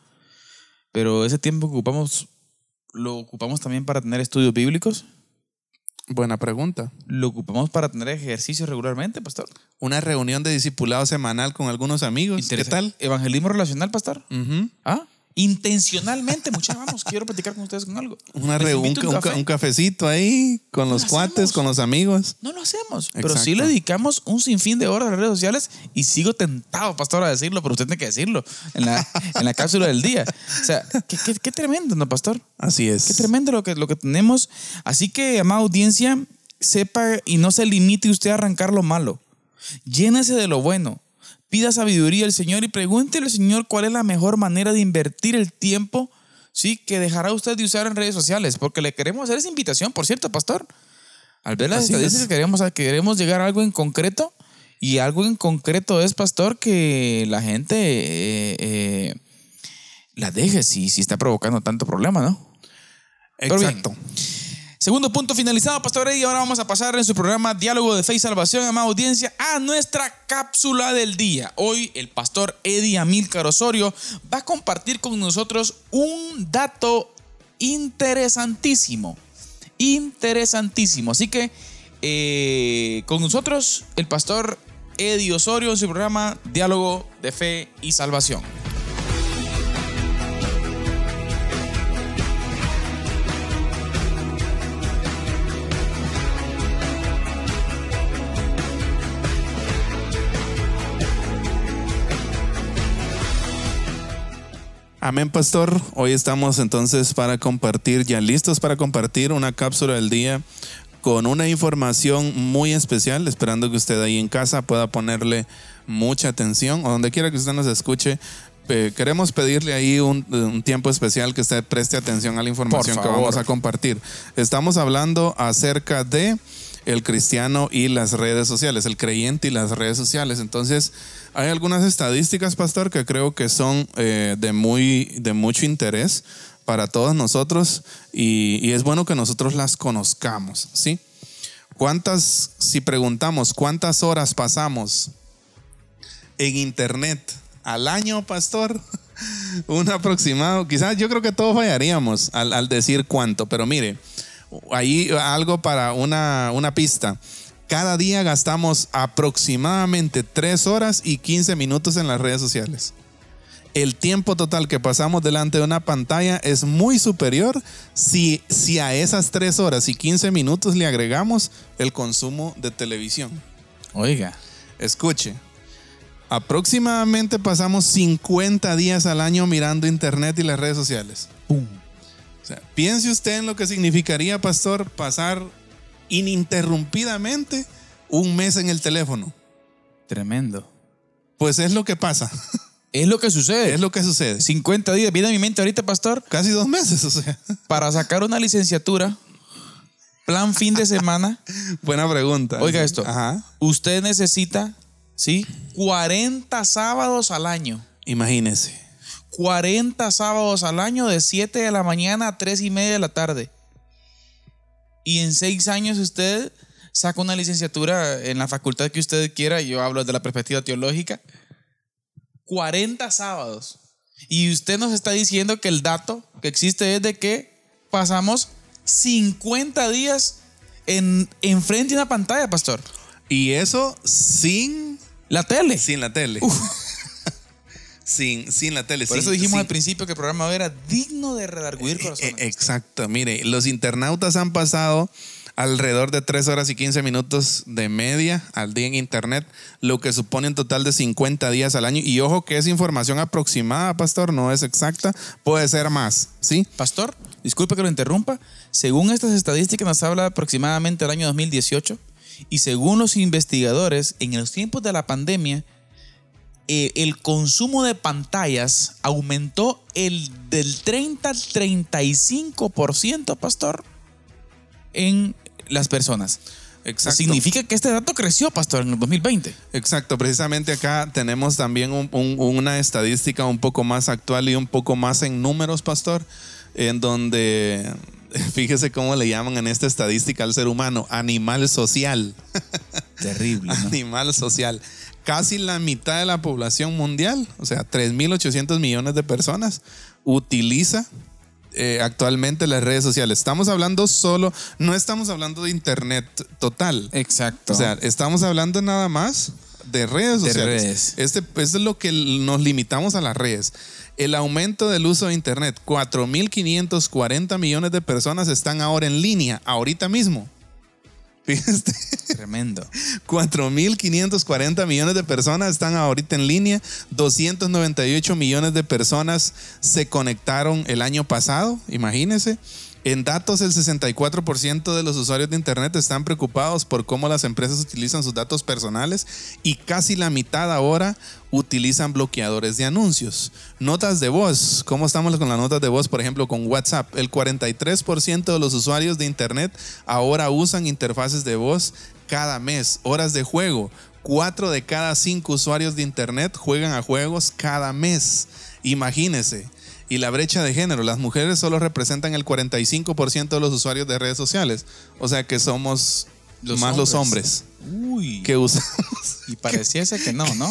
pero ese tiempo que ocupamos, ¿lo ocupamos también para tener estudios bíblicos? Buena pregunta. ¿Lo ocupamos para tener ejercicio regularmente, pastor? Una reunión de discipulado semanal con algunos amigos. ¿Qué tal? ¿Evangelismo relacional, pastor? Uh-huh. ¿Ah? Intencionalmente, muchachos, vamos, quiero platicar con ustedes con algo. Una re, un, un, café. un cafecito ahí con los cuates, hacemos. con los amigos. No lo hacemos, Exacto. pero sí le dedicamos un sinfín de horas a las redes sociales y sigo tentado, pastor, a decirlo, pero usted tiene que decirlo en la, en la cápsula del día. O sea, qué, qué, qué tremendo, ¿no, pastor? Así es. Qué tremendo lo que, lo que tenemos. Así que, amada audiencia, sepa y no se limite usted a arrancar lo malo. Llénese de lo bueno. Pida sabiduría al Señor y pregúntele al Señor cuál es la mejor manera de invertir el tiempo, ¿sí?, que dejará usted de usar en redes sociales. Porque le queremos hacer esa invitación, por cierto, pastor. Al ver las estadísticas, queremos, queremos llegar a algo en concreto. Y algo en concreto es, pastor, que la gente eh, eh, la deje si, si está provocando tanto problema, ¿no? Exacto. Segundo punto finalizado, pastor Eddie. Ahora vamos a pasar en su programa Diálogo de Fe y Salvación, amada audiencia, a nuestra cápsula del día. Hoy el pastor Eddie Amílcar Osorio va a compartir con nosotros un dato interesantísimo. Interesantísimo. Así que eh, con nosotros el pastor Eddie Osorio en su programa Diálogo de Fe y Salvación. Amén, pastor. Hoy estamos entonces para compartir, ya listos para compartir una cápsula del día con una información muy especial, esperando que usted ahí en casa pueda ponerle mucha atención o donde quiera que usted nos escuche. Eh, queremos pedirle ahí un, un tiempo especial que usted preste atención a la información que vamos a compartir. Estamos hablando acerca de el cristiano y las redes sociales, el creyente y las redes sociales. Entonces, hay algunas estadísticas, pastor, que creo que son eh, de, muy, de mucho interés para todos nosotros y, y es bueno que nosotros las conozcamos, ¿sí? ¿Cuántas, si preguntamos cuántas horas pasamos en internet al año, pastor? Un aproximado, quizás yo creo que todos fallaríamos al, al decir cuánto, pero mire, ahí algo para una, una pista. Cada día gastamos aproximadamente tres horas y quince minutos en las redes sociales. El tiempo total que pasamos delante de una pantalla es muy superior si, si a esas tres horas y quince minutos le agregamos el consumo de televisión. Oiga. Escuche. Aproximadamente pasamos cincuenta días al año mirando internet y las redes sociales. ¡Pum! O sea, piense usted en lo que significaría, pastor, pasar ininterrumpidamente un mes en el teléfono. Tremendo. Pues es lo que pasa. Es lo que sucede. Es lo que sucede. cincuenta días. Viene a mi mente ahorita, pastor. Casi dos meses, o sea. Para sacar una licenciatura, plan fin de semana. Buena pregunta. Oiga esto. Ajá. Usted necesita, ¿sí? cuarenta sábados al año. Imagínese. cuarenta sábados al año de siete de la mañana a tres y media de la tarde. Y en seis años usted saca una licenciatura en la facultad que usted quiera. Yo hablo desde la perspectiva teológica. cuarenta sábados. Y usted nos está diciendo que el dato que existe es de que pasamos cincuenta días en, en frente de una pantalla, pastor. Y eso sin la tele. Sin la tele. sin, sin la tele. Por sin, eso dijimos sin... al principio que el programa era digno de redarguir corazones. Eh, exacto. Mire, los internautas han pasado alrededor de tres horas y quince minutos de media al día en internet, lo que supone un total de cincuenta días al año. Y ojo que es información aproximada, pastor, no es exacta, puede ser más, ¿sí? Pastor, disculpe que lo interrumpa. Según estas estadísticas nos habla aproximadamente del año dos mil dieciocho y según los investigadores, en los tiempos de la pandemia, eh, el consumo de pantallas aumentó el del treinta al treinta y cinco por ciento, pastor, en las personas. Exacto. Significa que este dato creció, pastor, en el dos mil veinte. Exacto, precisamente acá tenemos también un, un, una estadística un poco más actual y un poco más en números, pastor, en donde fíjese cómo le llaman en esta estadística al ser humano, animal social. Terrible, ¿no? Animal social. Casi la mitad de la población mundial, o sea, tres mil ochocientos millones de personas, utiliza Eh, actualmente las redes sociales. Estamos hablando solo, no estamos hablando de internet total. Exacto. O sea, estamos hablando nada más de redes de sociales. Redes. Este, esto es lo que nos limitamos a las redes. El aumento del uso de internet, cuatro mil quinientos cuarenta millones de personas están ahora en línea, ahorita mismo. Fíjate. Tremendo. cuatro mil quinientos cuarenta millones de personas están ahorita en línea. doscientos noventa y ocho millones de personas se conectaron el año pasado. Imagínense. En datos, el sesenta y cuatro por ciento de los usuarios de internet están preocupados por cómo las empresas utilizan sus datos personales y casi la mitad ahora utilizan bloqueadores de anuncios. Notas de voz. ¿Cómo estamos con las notas de voz? Por ejemplo, con WhatsApp. El cuarenta y tres por ciento de los usuarios de internet ahora usan interfaces de voz cada mes. Horas de juego. Cuatro de cada cinco usuarios de internet juegan a juegos cada mes. Imagínense. Y la brecha de género, las mujeres solo representan el cuarenta y cinco por ciento de los usuarios de redes sociales. O sea que somos los más hombres. los hombres Uy. que usamos. Y pareciese que no, ¿no?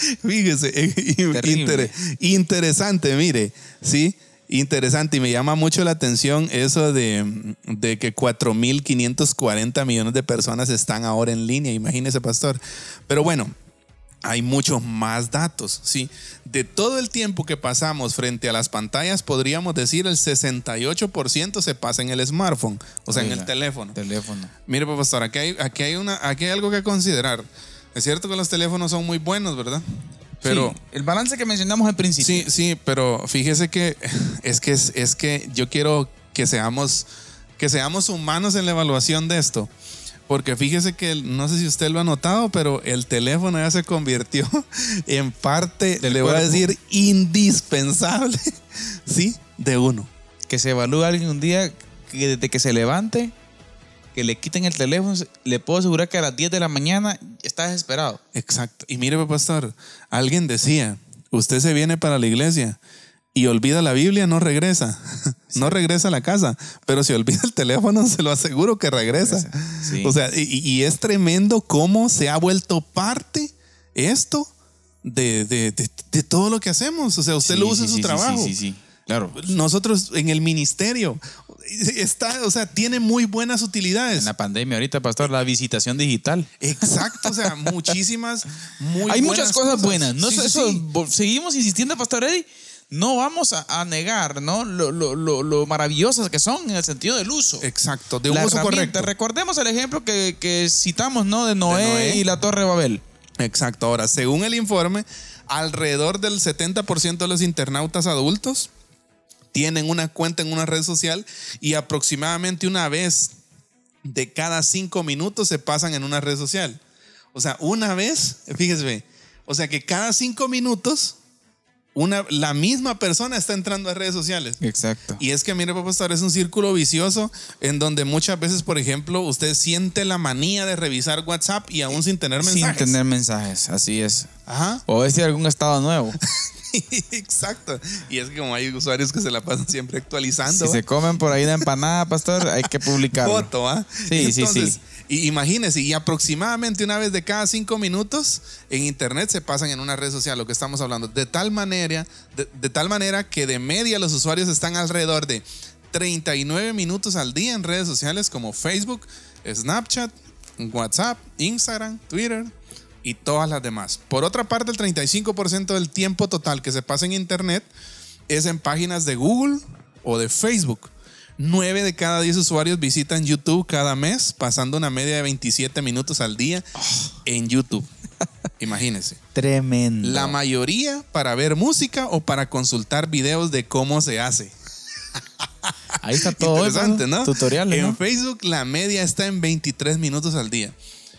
Fíjese, inter, interesante, mire, sí, interesante. Y me llama mucho la atención eso de, de que cuatro mil quinientos cuarenta millones de personas están ahora en línea. Imagínese, pastor. Pero bueno, hay muchos más datos, ¿sí? De todo el tiempo que pasamos frente a las pantallas, podríamos decir el sesenta y ocho por ciento se pasa en el smartphone, o sea, Oiga, en el teléfono. teléfono. Mire, pastor, aquí hay, aquí, hay una, aquí hay algo que considerar. Es cierto que los teléfonos son muy buenos, ¿verdad? Pero sí, el balance que mencionamos al principio. Sí, sí, pero fíjese que es que, es, es que yo quiero que seamos, que seamos humanos en la evaluación de esto. Porque fíjese que, no sé si usted lo ha notado, pero el teléfono ya se convirtió en parte, le voy a decir, indispensable, ¿sí? De uno. Que se evalúe alguien un día que desde que se levante que le quiten el teléfono, le puedo asegurar que a las diez de la mañana está desesperado. Exacto. Y mire, pastor, alguien decía, usted se viene para la iglesia y olvida la Biblia, no regresa. Sí. No regresa a la casa, pero si olvida el teléfono, se lo aseguro que regresa. Sí. O sea, y, y es tremendo cómo se ha vuelto parte esto de, de, de, de todo lo que hacemos. O sea, usted sí, lo usa sí, en su sí, trabajo. Sí, sí, sí, claro. Nosotros en el ministerio está, o sea, tiene muy buenas utilidades. En la pandemia ahorita, pastor, la visitación digital. Exacto, o sea, muchísimas, muy Hay buenas muchas cosas, cosas. buenas. No, sí, eso, sí. Seguimos insistiendo, pastor Eddie. No vamos a, a negar, ¿no? Lo, lo, lo, lo maravillosas que son en el sentido del uso. Exacto, de un uso correcto. Recordemos el ejemplo que, que citamos, ¿no? De Noé, de Noé y la Torre de Babel. Exacto. Ahora, según el informe, alrededor del setenta por ciento de los internautas adultos tienen una cuenta en una red social y aproximadamente una vez de cada cinco minutos se pasan en una red social. O sea, una vez, fíjese, o sea que cada cinco minutos Una, la misma persona está entrando a redes sociales. Exacto. Y es que, mire, pastor, es un círculo vicioso en donde muchas veces, por ejemplo, usted siente la manía de revisar WhatsApp y aún sin tener mensajes. Sin tener mensajes, así es. Ajá. O decir algún estado nuevo. Exacto. Y es que como hay usuarios que se la pasan siempre actualizando. Si ¿va? Se comen por ahí una empanada, pastor, hay que publicarlo. Foto, ¿ah? Sí, Entonces, sí, sí. Y imagínense, y aproximadamente una vez de cada cinco minutos en internet se pasan en una red social, lo que estamos hablando. De tal manera, de, de tal manera que de media los usuarios están alrededor de treinta y nueve minutos al día en redes sociales como Facebook, Snapchat, WhatsApp, Instagram, Twitter y todas las demás. Por otra parte, el treinta y cinco por ciento del tiempo total que se pasa en internet es en páginas de Google o de Facebook. nueve de cada diez usuarios visitan YouTube cada mes, pasando una media de veintisiete minutos al día oh. en YouTube. Imagínense. Tremendo. La mayoría para ver música o para consultar videos de cómo se hace. Ahí está todo. Interesante, ¿no? Tutoriales, En ¿no? Facebook la media está en veintitrés minutos al día.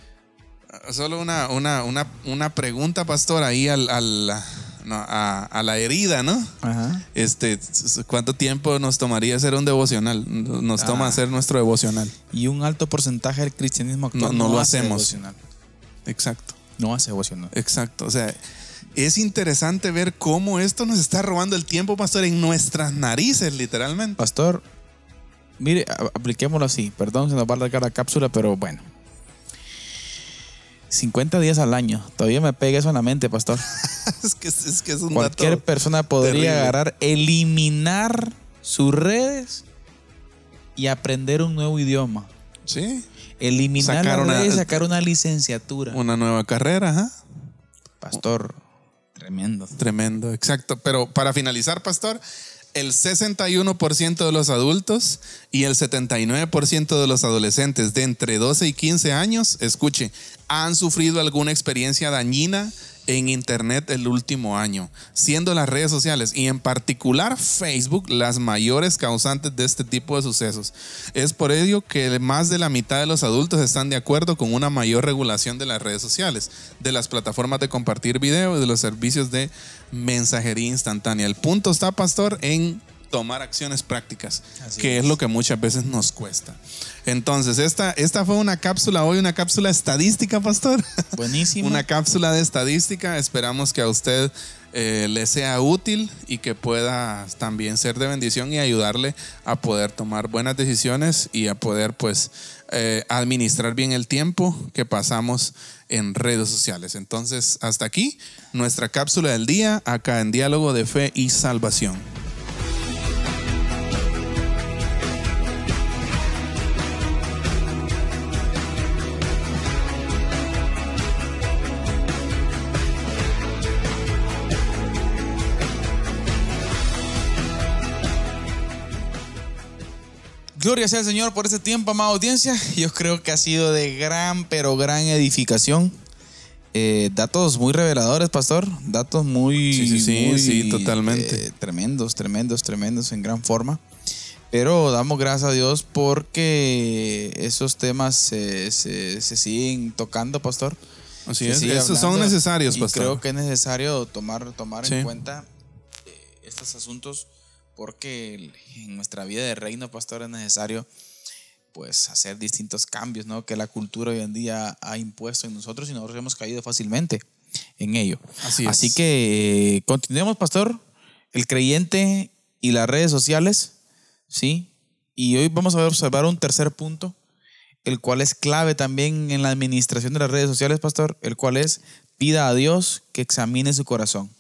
Solo una, una, una, una pregunta, pastor, ahí al, al, no, a, a la herida, ¿no? Ajá. Este, ¿cuánto tiempo nos tomaría hacer un devocional? Nos toma ah. hacer nuestro devocional. Y un alto porcentaje del cristianismo actual no, no, no lo hace hacemos. Devocional. Exacto. No hace devocional. Exacto. O sea, es interesante ver cómo esto nos está robando el tiempo, pastor, en nuestras narices, literalmente. Pastor, mire, apliquémoslo así. Perdón, se nos va a alargar la cápsula, pero bueno. cincuenta días al año. Todavía me pega eso en la mente, pastor. es, que, es que es un Cualquier dato persona podría terrible. agarrar, eliminar sus redes y aprender un nuevo idioma. Sí. Eliminar sacar las una, redes y sacar una licenciatura. Una nueva carrera, ajá. Pastor, tremendo. Tremendo, exacto. Pero para finalizar, pastor, el sesenta y uno por ciento de los adultos y el setenta y nueve por ciento de los adolescentes de entre doce y quince años, escuche, han sufrido alguna experiencia dañina en internet el último año, siendo las redes sociales y en particular Facebook las mayores causantes de este tipo de sucesos. Es por ello que más de la mitad de los adultos están de acuerdo con una mayor regulación de las redes sociales, de las plataformas de compartir video y de los servicios de mensajería instantánea. El punto está, pastor, en tomar acciones prácticas, Así que es. es lo que muchas veces nos cuesta. Entonces, esta, esta fue una cápsula hoy, una cápsula estadística, pastor. Buenísimo. Una cápsula de estadística. Esperamos que a usted eh, le sea útil y que pueda también ser de bendición y ayudarle a poder tomar buenas decisiones y a poder, pues, eh, administrar bien el tiempo que pasamos en redes sociales. Entonces, hasta aquí nuestra cápsula del día, acá en Diálogo de Fe y Salvación. Gloria sea al Señor por este tiempo, amada audiencia. Yo creo que ha sido de gran, pero gran edificación. Eh, datos muy reveladores, pastor. Datos muy, sí, sí, sí, muy sí, totalmente. Eh, tremendos, tremendos, tremendos en gran forma. Pero damos gracias a Dios porque esos temas se, se, se siguen tocando, pastor. Así es. Esos son necesarios, y pastor. Creo que es necesario tomar, tomar sí. en cuenta eh, estos asuntos. Porque en nuestra vida de reino, pastor, es necesario pues hacer distintos cambios, ¿no? Que la cultura hoy en día ha impuesto en nosotros y nosotros hemos caído fácilmente en ello. Así es. Así que eh, continuemos, pastor, el creyente y las redes sociales, ¿sí? Y hoy vamos a observar un tercer punto, el cual es clave también en la administración de las redes sociales, pastor, el cual es: pida a Dios que examine su corazón.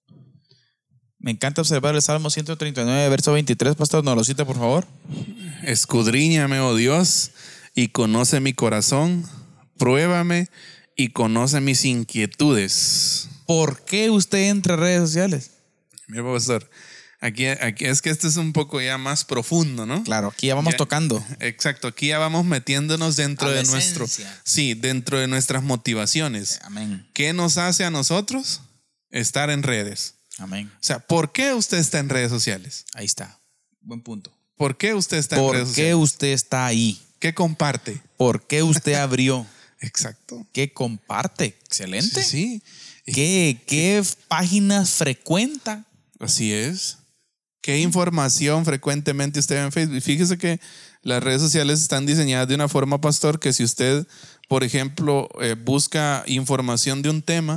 Me encanta observar el Salmo ciento treinta y nueve, verso veintitrés, pastor, ¿nos lo cita, por favor? Escudriñame, oh Dios, y conoce mi corazón, pruébame y conoce mis inquietudes. ¿Por qué usted entra a redes sociales? Mira, pastor, aquí, aquí es que esto es un poco ya más profundo, ¿no? Claro, aquí ya vamos Ya, tocando. Exacto, aquí ya vamos metiéndonos dentro A la de nuestro, esencia. sí, dentro de nuestras motivaciones. Amén. ¿Qué nos hace a nosotros estar en redes? Amén. O sea, ¿por qué usted está en redes sociales? Ahí está. Buen punto. ¿Por qué usted está en ¿Por redes qué sociales? usted está ahí? ¿Qué comparte? ¿Por qué usted abrió? Exacto. ¿Qué comparte? Excelente. Sí, sí. ¿Qué, qué páginas frecuenta? Así es. ¿Qué información frecuentemente usted ve en Facebook? Y fíjese que las redes sociales están diseñadas de una forma, pastor, que si usted, por ejemplo, eh, busca información de un tema,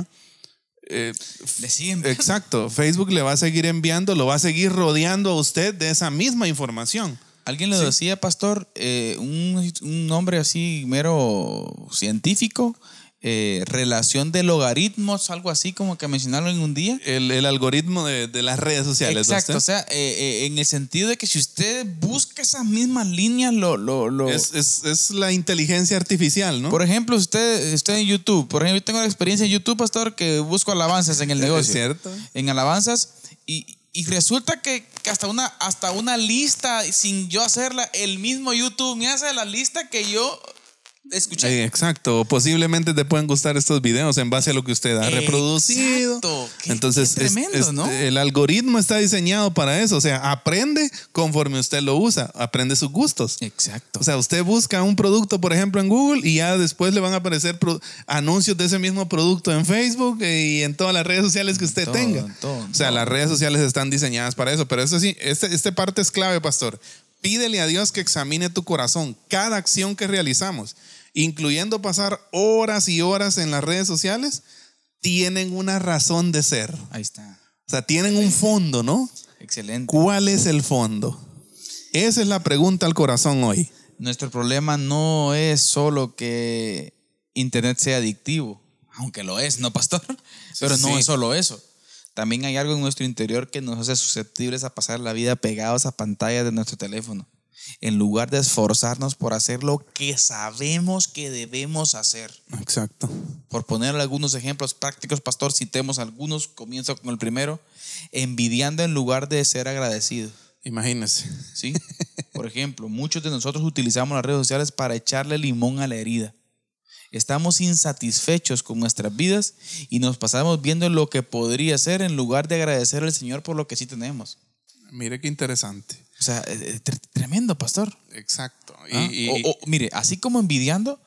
eh, Le siguen. exacto, Facebook le va a seguir enviando, lo va a seguir rodeando a usted de esa misma información. Alguien lo Sí. decía, pastor, eh, un, un nombre así mero científico, eh, relación de logaritmos, algo así como que mencionaron en un día. El, el algoritmo de, de las redes sociales. Exacto, ¿no? o sea, eh, eh, en el sentido de que si usted busca esas mismas líneas, lo... lo, lo Es, es, es la inteligencia artificial, ¿no? Por ejemplo, usted, usted en YouTube, por ejemplo, yo tengo la experiencia en YouTube, pastor, que busco alabanzas en el negocio. Es cierto. En alabanzas y, y resulta que, que hasta, una, hasta una lista, sin yo hacerla, el mismo YouTube me hace la lista que yo escuché. Eh, exacto, posiblemente te pueden gustar estos videos en base a lo que usted ha reproducido. Exacto. Qué- Entonces, qué tremendo, es- es- ¿no? el algoritmo está diseñado para eso. O sea, aprende conforme usted lo usa, aprende sus gustos. Exacto. O sea, usted busca un producto, por ejemplo, en Google y ya después le van a aparecer pro- anuncios de ese mismo producto en Facebook y en todas las redes sociales que usted todo, tenga. en todo, en o sea, todo. las redes sociales están diseñadas para eso. Pero eso sí, este, este parte es clave, pastor. Pídele a Dios que examine tu corazón, cada acción que realizamos, incluyendo pasar horas y horas en las redes sociales, tienen una razón de ser. Ahí está. O sea, tienen un fondo, ¿no? Excelente. ¿Cuál es el fondo? Esa es la pregunta al corazón hoy. Nuestro problema no es solo que Internet sea adictivo, aunque lo es, ¿no, pastor? Pero no sí. es solo eso. También hay algo en nuestro interior que nos hace susceptibles a pasar la vida pegados a pantallas de nuestro teléfono, en lugar de esforzarnos por hacer lo que sabemos que debemos hacer. Exacto. Por poner algunos ejemplos prácticos, pastor, citemos algunos. Comienzo con el primero: envidiando en lugar de ser agradecido. Imagínese. ¿Sí? Por ejemplo, muchos de nosotros utilizamos las redes sociales para echarle limón a la herida. Estamos insatisfechos con nuestras vidas y nos pasamos viendo lo que podría ser en lugar de agradecer al Señor por lo que sí tenemos. Mire qué interesante. O sea, eh, tre- tremendo, pastor. Exacto. Y, ¿Ah? y- O- o, mire, así como envidiando,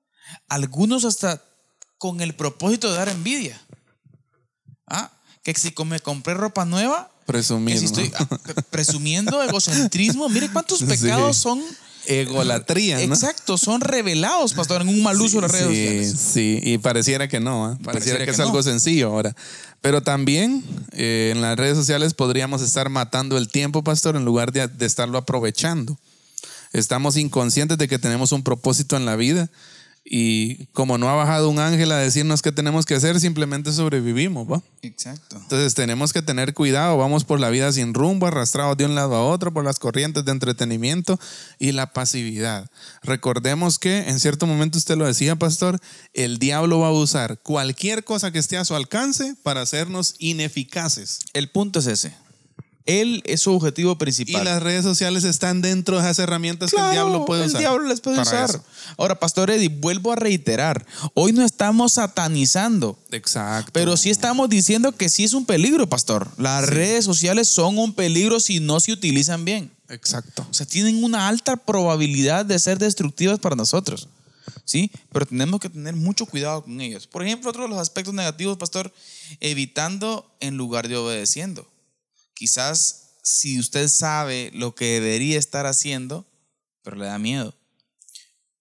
algunos hasta con el propósito de dar envidia. ¿Ah? Que si me compré ropa nueva, presumir, que si ¿no? estoy ah, pre- presumiendo egocentrismo. Mire cuántos pecados Sí. son. Egolatría, ¿no? Exacto, son revelados, pastor, en un mal uso de las redes Sí, sociales. sí, y pareciera que no, ¿eh? pareciera, Pareciera que, que es no. algo sencillo ahora. Pero también eh, en las redes sociales podríamos estar matando el tiempo, pastor, en lugar de, de estarlo aprovechando. Estamos inconscientes de que tenemos un propósito en la vida y como no ha bajado un ángel a decirnos qué tenemos que hacer, simplemente sobrevivimos, ¿va? Exacto. Entonces tenemos que tener cuidado, vamos por la vida sin rumbo, arrastrados de un lado a otro por las corrientes de entretenimiento y la pasividad. Recordemos que en cierto momento usted lo decía, pastor, el diablo va a usar cualquier cosa que esté a su alcance para hacernos ineficaces. El punto es ese. Él es su objetivo Y principal. las redes sociales están dentro de esas herramientas que el diablo puede el usar. diablo las puede para usar. eso. Ahora, pastor Eddie, vuelvo a reiterar. Hoy no estamos satanizando, Exacto. pero sí estamos diciendo que sí es un peligro, pastor. Las redes sociales son un peligro si no se utilizan bien. Exacto. O sea, tienen una alta probabilidad de ser destructivas para nosotros. ¿Sí? Pero tenemos que tener mucho cuidado con ellos. Por ejemplo, otro de los aspectos negativos, pastor, evitando en lugar de obedeciendo. Quizás si usted sabe lo que debería estar haciendo, pero le da miedo.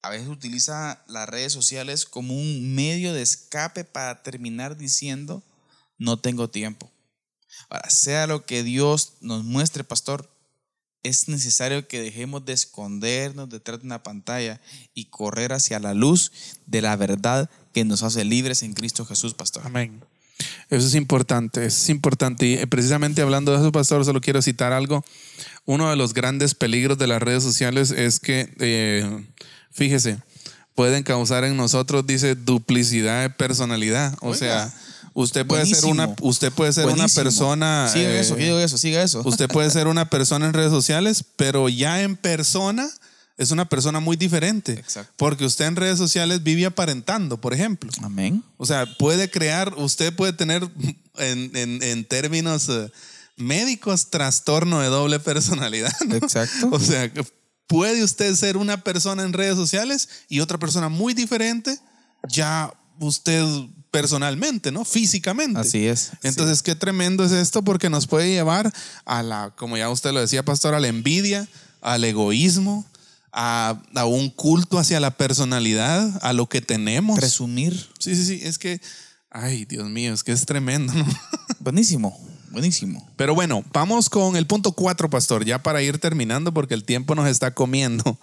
a veces utiliza las redes sociales como un medio de escape para terminar diciendo, no tengo tiempo. Ahora, sea lo que Dios nos muestre, pastor, es necesario que dejemos de escondernos detrás de una pantalla y correr hacia la luz de la verdad que nos hace libres en Cristo Jesús, pastor. Amén. Eso es importante, es importante. Y precisamente hablando de eso, pastor, solo quiero citar algo. Uno de los grandes peligros de las redes sociales es que, eh, fíjese, pueden causar en nosotros, dice, duplicidad de personalidad. O Oiga, sea, usted puede buenísimo. ser una, usted puede ser buenísimo. una persona. Siga eh, eso, siga eso, siga eso. Usted puede ser una persona en redes sociales, pero ya en persona es una persona muy diferente. Exacto. Porque usted en redes sociales vive aparentando, por ejemplo. Amén. O sea, puede crear, usted puede tener en, en, en términos uh, médicos trastorno de doble personalidad, ¿no? Exacto. O sea, puede usted ser una persona en redes sociales y otra persona muy diferente ya usted personalmente, ¿no? Físicamente. Así es. Entonces, sí. Qué tremendo es esto, porque nos puede llevar a la, como ya usted lo decía, pastor, a la envidia, al egoísmo, A, a un culto hacia la personalidad, a lo que tenemos. Presumir. Sí, sí, sí. Es que, ay, Dios mío, es que es tremendo, ¿no? Buenísimo, buenísimo. Pero bueno, vamos con el punto cuatro, pastor, ya para ir terminando porque el tiempo nos está comiendo.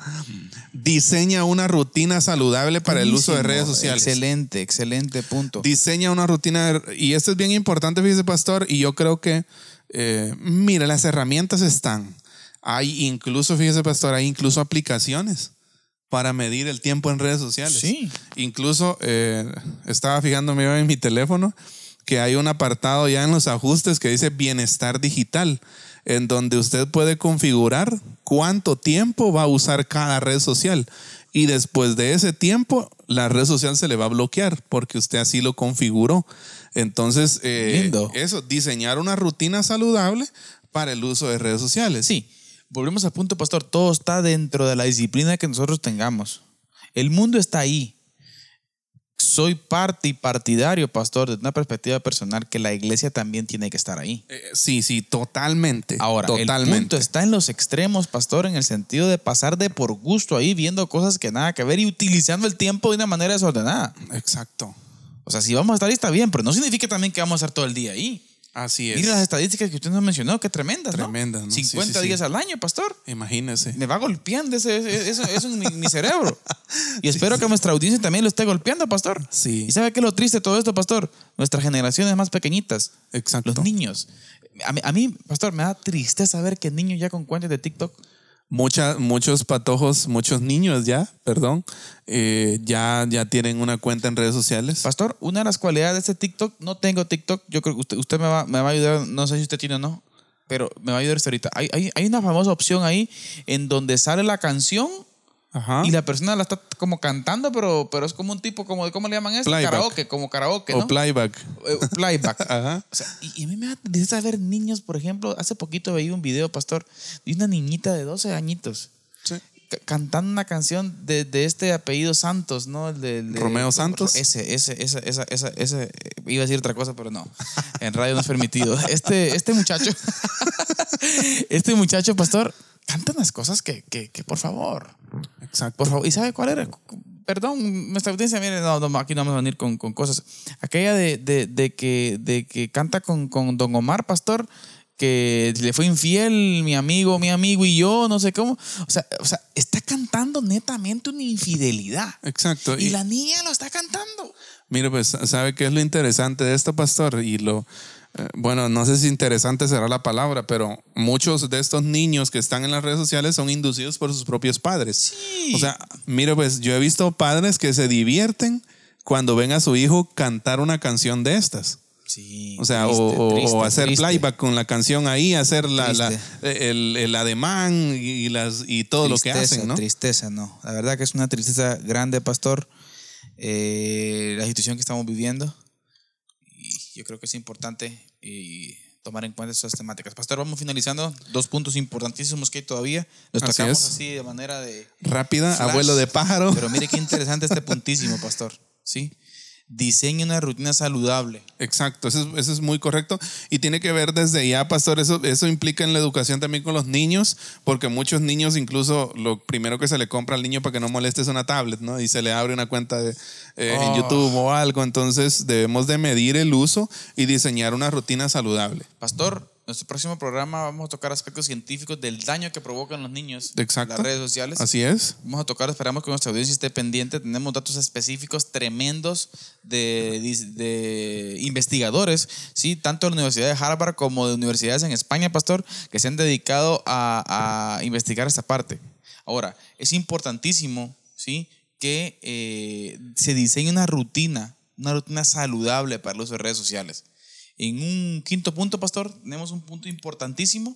Diseña una rutina saludable para buenísimo. El uso de redes sociales. Excelente, excelente punto. Diseña una rutina, y esto es bien importante, fíjese, pastor, y yo creo que, eh, mira, las herramientas están. Hay incluso, fíjese, pastor, hay incluso aplicaciones para medir el tiempo en redes sociales. Sí. Incluso eh, estaba fijándome en mi teléfono que hay un apartado ya en los ajustes que dice bienestar digital, en donde usted puede configurar cuánto tiempo va a usar cada red social. Y después de ese tiempo, la red social se le va a bloquear porque usted así lo configuró. Entonces, eh, Lindo. Eso, diseñar una rutina saludable para el uso de redes sociales. Sí. Volvemos al punto, pastor. Todo está dentro de la disciplina que nosotros tengamos. El mundo está ahí. Soy parte y partidario, pastor, desde una perspectiva personal, que la iglesia también tiene que estar ahí. Eh, sí, sí, totalmente. Ahora, totalmente. el punto está en los extremos, pastor, en el sentido de pasar de por gusto ahí, viendo cosas que nada que ver y utilizando el tiempo de una manera desordenada. Exacto. O sea, si vamos a estar ahí está bien, pero no significa también que vamos a estar todo el día ahí. Así es. Mira las estadísticas que usted nos mencionó, qué tremendas, ¿no? Tremendas, ¿no? cincuenta sí, sí, días sí. al año, pastor. Imagínese. Me va golpeando ese, eso, eso en mi, mi cerebro. Y espero sí, que sí. nuestra audiencia también lo esté golpeando, pastor. Sí. ¿Y sabe qué es lo triste de todo esto, pastor? Nuestras generaciones más pequeñitas. Exacto. Los niños. A mí, a mí, pastor, me da tristeza ver que niños ya con cuentas de TikTok. Mucha, muchos patojos, muchos niños ya, perdón, eh, ya, ya tienen una cuenta en redes sociales. Pastor, una de las cualidades de este TikTok, no tengo TikTok, yo creo que usted, usted me, va, me va a ayudar, no sé si usted tiene o no, pero me va a ayudar esto ahorita. Hay, hay, hay una famosa opción ahí en donde sale la canción. Ajá. Y la persona la está como cantando, pero, pero es como un tipo, como, ¿cómo le llaman esto? Playback. Karaoke, como karaoke, ¿no? O playback. Eh, playback. Ajá. O sea, y, y a mí me da tristeza ver niños, por ejemplo, hace poquito veía un video, pastor, de una niñita de doce añitos. Sí. C- cantando una canción de, de este apellido Santos, ¿no? El de, el de Romeo Santos. Ese, ese, esa, esa, esa, ese, iba a decir otra cosa, pero no. En radio no es permitido. Este, este muchacho, este muchacho, pastor, canta unas cosas que, que, que por favor. Exacto. Por favor. ¿Y sabe cuál era? Perdón, nuestra audiencia, mire, no, no, aquí no vamos a venir con, con cosas. Aquella de, de, de, que, de que canta con, con Don Omar, pastor, que le fue infiel mi amigo, mi amigo y yo, no sé cómo. O sea, o sea está cantando netamente una infidelidad. Exacto. Y, y la niña lo está cantando. Mire, pues, ¿sabe qué es lo interesante de esto, pastor? Y lo, eh, bueno, no sé si interesante será la palabra, pero muchos de estos niños que están en las redes sociales son inducidos por sus propios padres. Sí. O sea, mire, pues, yo he visto padres que se divierten cuando ven a su hijo cantar una canción de estas. Sí, o sea, triste, o, triste, o hacer triste. playback con la canción ahí, hacer la, la, el, el ademán y, las, y todo tristeza, lo que hacen, ¿no? Tristeza, no. La verdad que es una tristeza grande, pastor, eh, la situación que estamos viviendo. Y yo creo que es importante y tomar en cuenta estas temáticas. Pastor, vamos finalizando. Dos puntos importantísimos que hay todavía. Los así tocamos es. así de manera de... rápida, flash. Abuelo de pájaro. Pero mire qué interesante este puntísimo, pastor. ¿Sí? Diseña una rutina saludable. Exacto, eso es, eso es muy correcto y tiene que ver desde ya, pastor, eso, eso implica en la educación también con los niños, porque muchos niños incluso lo primero que se le compra al niño para que no moleste es una tablet, ¿no? Y se le abre una cuenta de, eh, oh. en YouTube o algo, entonces debemos de medir el uso y diseñar una rutina saludable. Pastor, en nuestro próximo programa vamos a tocar aspectos científicos del daño que provocan los niños. Exacto. Las redes sociales. Así es. Vamos a tocar, esperamos que nuestra audiencia esté pendiente. Tenemos datos específicos tremendos de, de investigadores, ¿sí? Tanto de la Universidad de Harvard como de universidades en España, pastor, que se han dedicado a, a investigar esta parte. Ahora, es importantísimo, ¿sí? que eh, se diseñe una rutina, una rutina saludable para el uso de redes sociales. En un quinto punto, pastor, tenemos un punto importantísimo.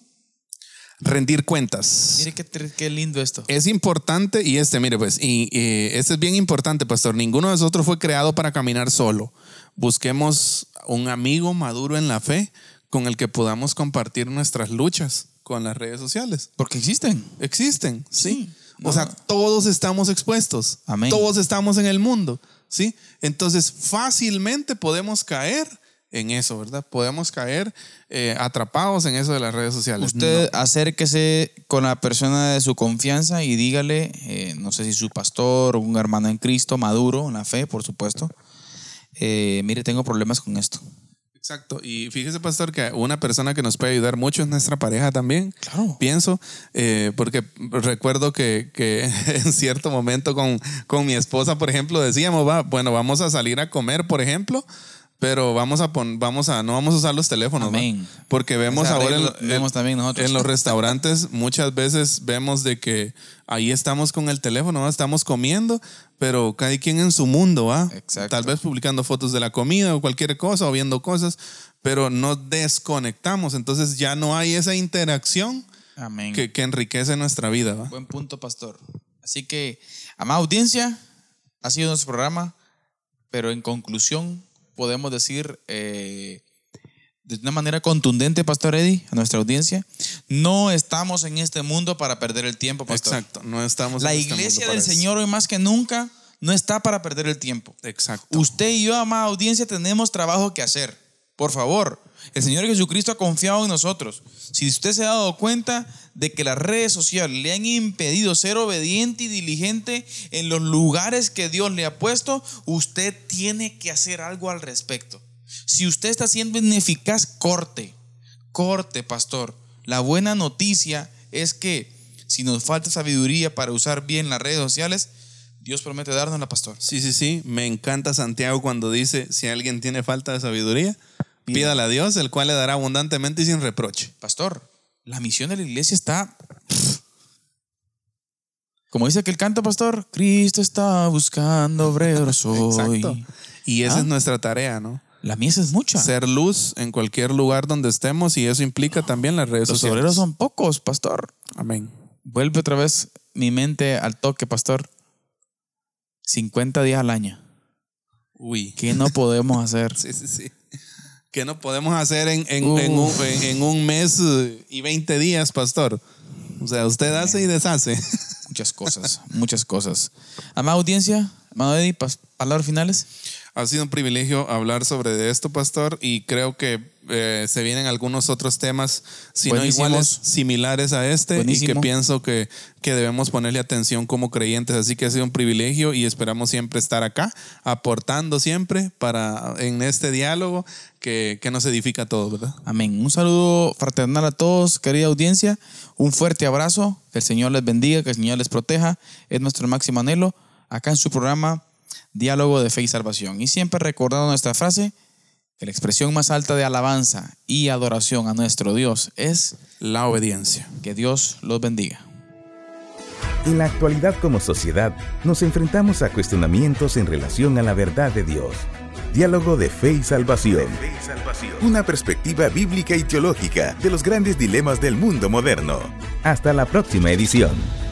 Rendir cuentas. Mire qué, qué lindo esto. Es importante y este, mire pues, y, y este es bien importante, pastor. Ninguno de nosotros fue creado para caminar solo. Busquemos un amigo maduro en la fe con el que podamos compartir nuestras luchas con las redes sociales. Porque existen. Existen, sí. sí. No. O sea, todos estamos expuestos. Amén. Todos estamos en el mundo, ¿sí? Entonces, fácilmente podemos caer en eso, ¿verdad? Podemos caer eh, atrapados en eso de las redes sociales. Usted no. acérquese con la persona de su confianza y dígale, eh, no sé si su pastor o un hermano en Cristo, maduro en la fe, por supuesto, eh, mire, tengo problemas con esto. Exacto, y fíjese, pastor, que una persona que nos puede ayudar mucho es nuestra pareja también. Claro. Pienso, eh, porque recuerdo que, que en cierto momento con, con mi esposa, por ejemplo, decíamos, va, bueno, vamos a salir a comer, por ejemplo, pero vamos a pon, vamos a no vamos a usar los teléfonos, Amén. ¿va? Porque vemos ahora en, vemos también nosotros. en los restaurantes muchas veces vemos de que ahí estamos con el teléfono, ¿va? Estamos comiendo, pero cada quien en su mundo, ¿va? Exacto. Tal vez publicando fotos de la comida o cualquier cosa o viendo cosas, pero no desconectamos, entonces ya no hay esa interacción. Amén. Que, que enriquece nuestra vida, ¿va? Buen punto, pastor. Así que, amada audiencia, ha sido nuestro programa, pero en conclusión podemos decir eh, de una manera contundente, pastor Eddie, a nuestra audiencia, no estamos en este mundo para perder el tiempo, pastor. Exacto, no estamos La en este iglesia mundo del para Señor hoy más que nunca no está para perder el tiempo. Exacto. Usted y yo, amada audiencia, tenemos trabajo que hacer. Por favor, el Señor Jesucristo ha confiado en nosotros. Si usted se ha dado cuenta de que las redes sociales le han impedido ser obediente y diligente en los lugares que Dios le ha puesto, usted tiene que hacer algo al respecto. Si usted está siendo ineficaz, corte, corte, pastor. La buena noticia es que si nos falta sabiduría para usar bien las redes sociales, Dios promete dárnosla, pastor. Sí, sí, sí. Me encanta Santiago cuando dice, si alguien tiene falta de sabiduría, pídale a Dios, el cual le dará abundantemente y sin reproche. Pastor, la misión de la iglesia está... Como dice aquel canto, pastor, Cristo está buscando obreros hoy. Exacto. Y esa ¿Ah? es nuestra tarea, ¿no? La mies es mucha. Ser luz en cualquier lugar donde estemos, y eso implica también las redes Los sociales. obreros son pocos, pastor. Amén. Vuelve otra vez mi mente al toque, pastor. cincuenta días al año. Uy. ¿Qué no podemos hacer? Sí, sí, sí. ¿Qué no podemos hacer en, en, Uh. en, un, en, en un mes y veinte días, pastor? O sea, usted hace y deshace. Muchas cosas, muchas cosas. Amada audiencia, amado Eddie, palabras finales. Ha sido un privilegio hablar sobre esto, pastor, y creo que eh, se vienen algunos otros temas, si no iguales, similares a este, Buenísimo. Y que pienso que, que debemos ponerle atención como creyentes. Así que ha sido un privilegio y esperamos siempre estar acá, aportando siempre para en este diálogo que, que nos edifica a todos, ¿verdad? Amén. Un saludo fraternal a todos, querida audiencia. Un fuerte abrazo. Que el Señor les bendiga, que el Señor les proteja. Es nuestro máximo anhelo acá en su programa Diálogo de Fe y Salvación. Y siempre recordando nuestra frase, que la expresión más alta de alabanza y adoración a nuestro Dios es la obediencia. Que Dios los bendiga. En la actualidad, como sociedad, nos enfrentamos a cuestionamientos en relación a la verdad de Dios. Diálogo de Fe y Salvación. Una perspectiva bíblica y teológica de los grandes dilemas del mundo moderno. Hasta la próxima edición.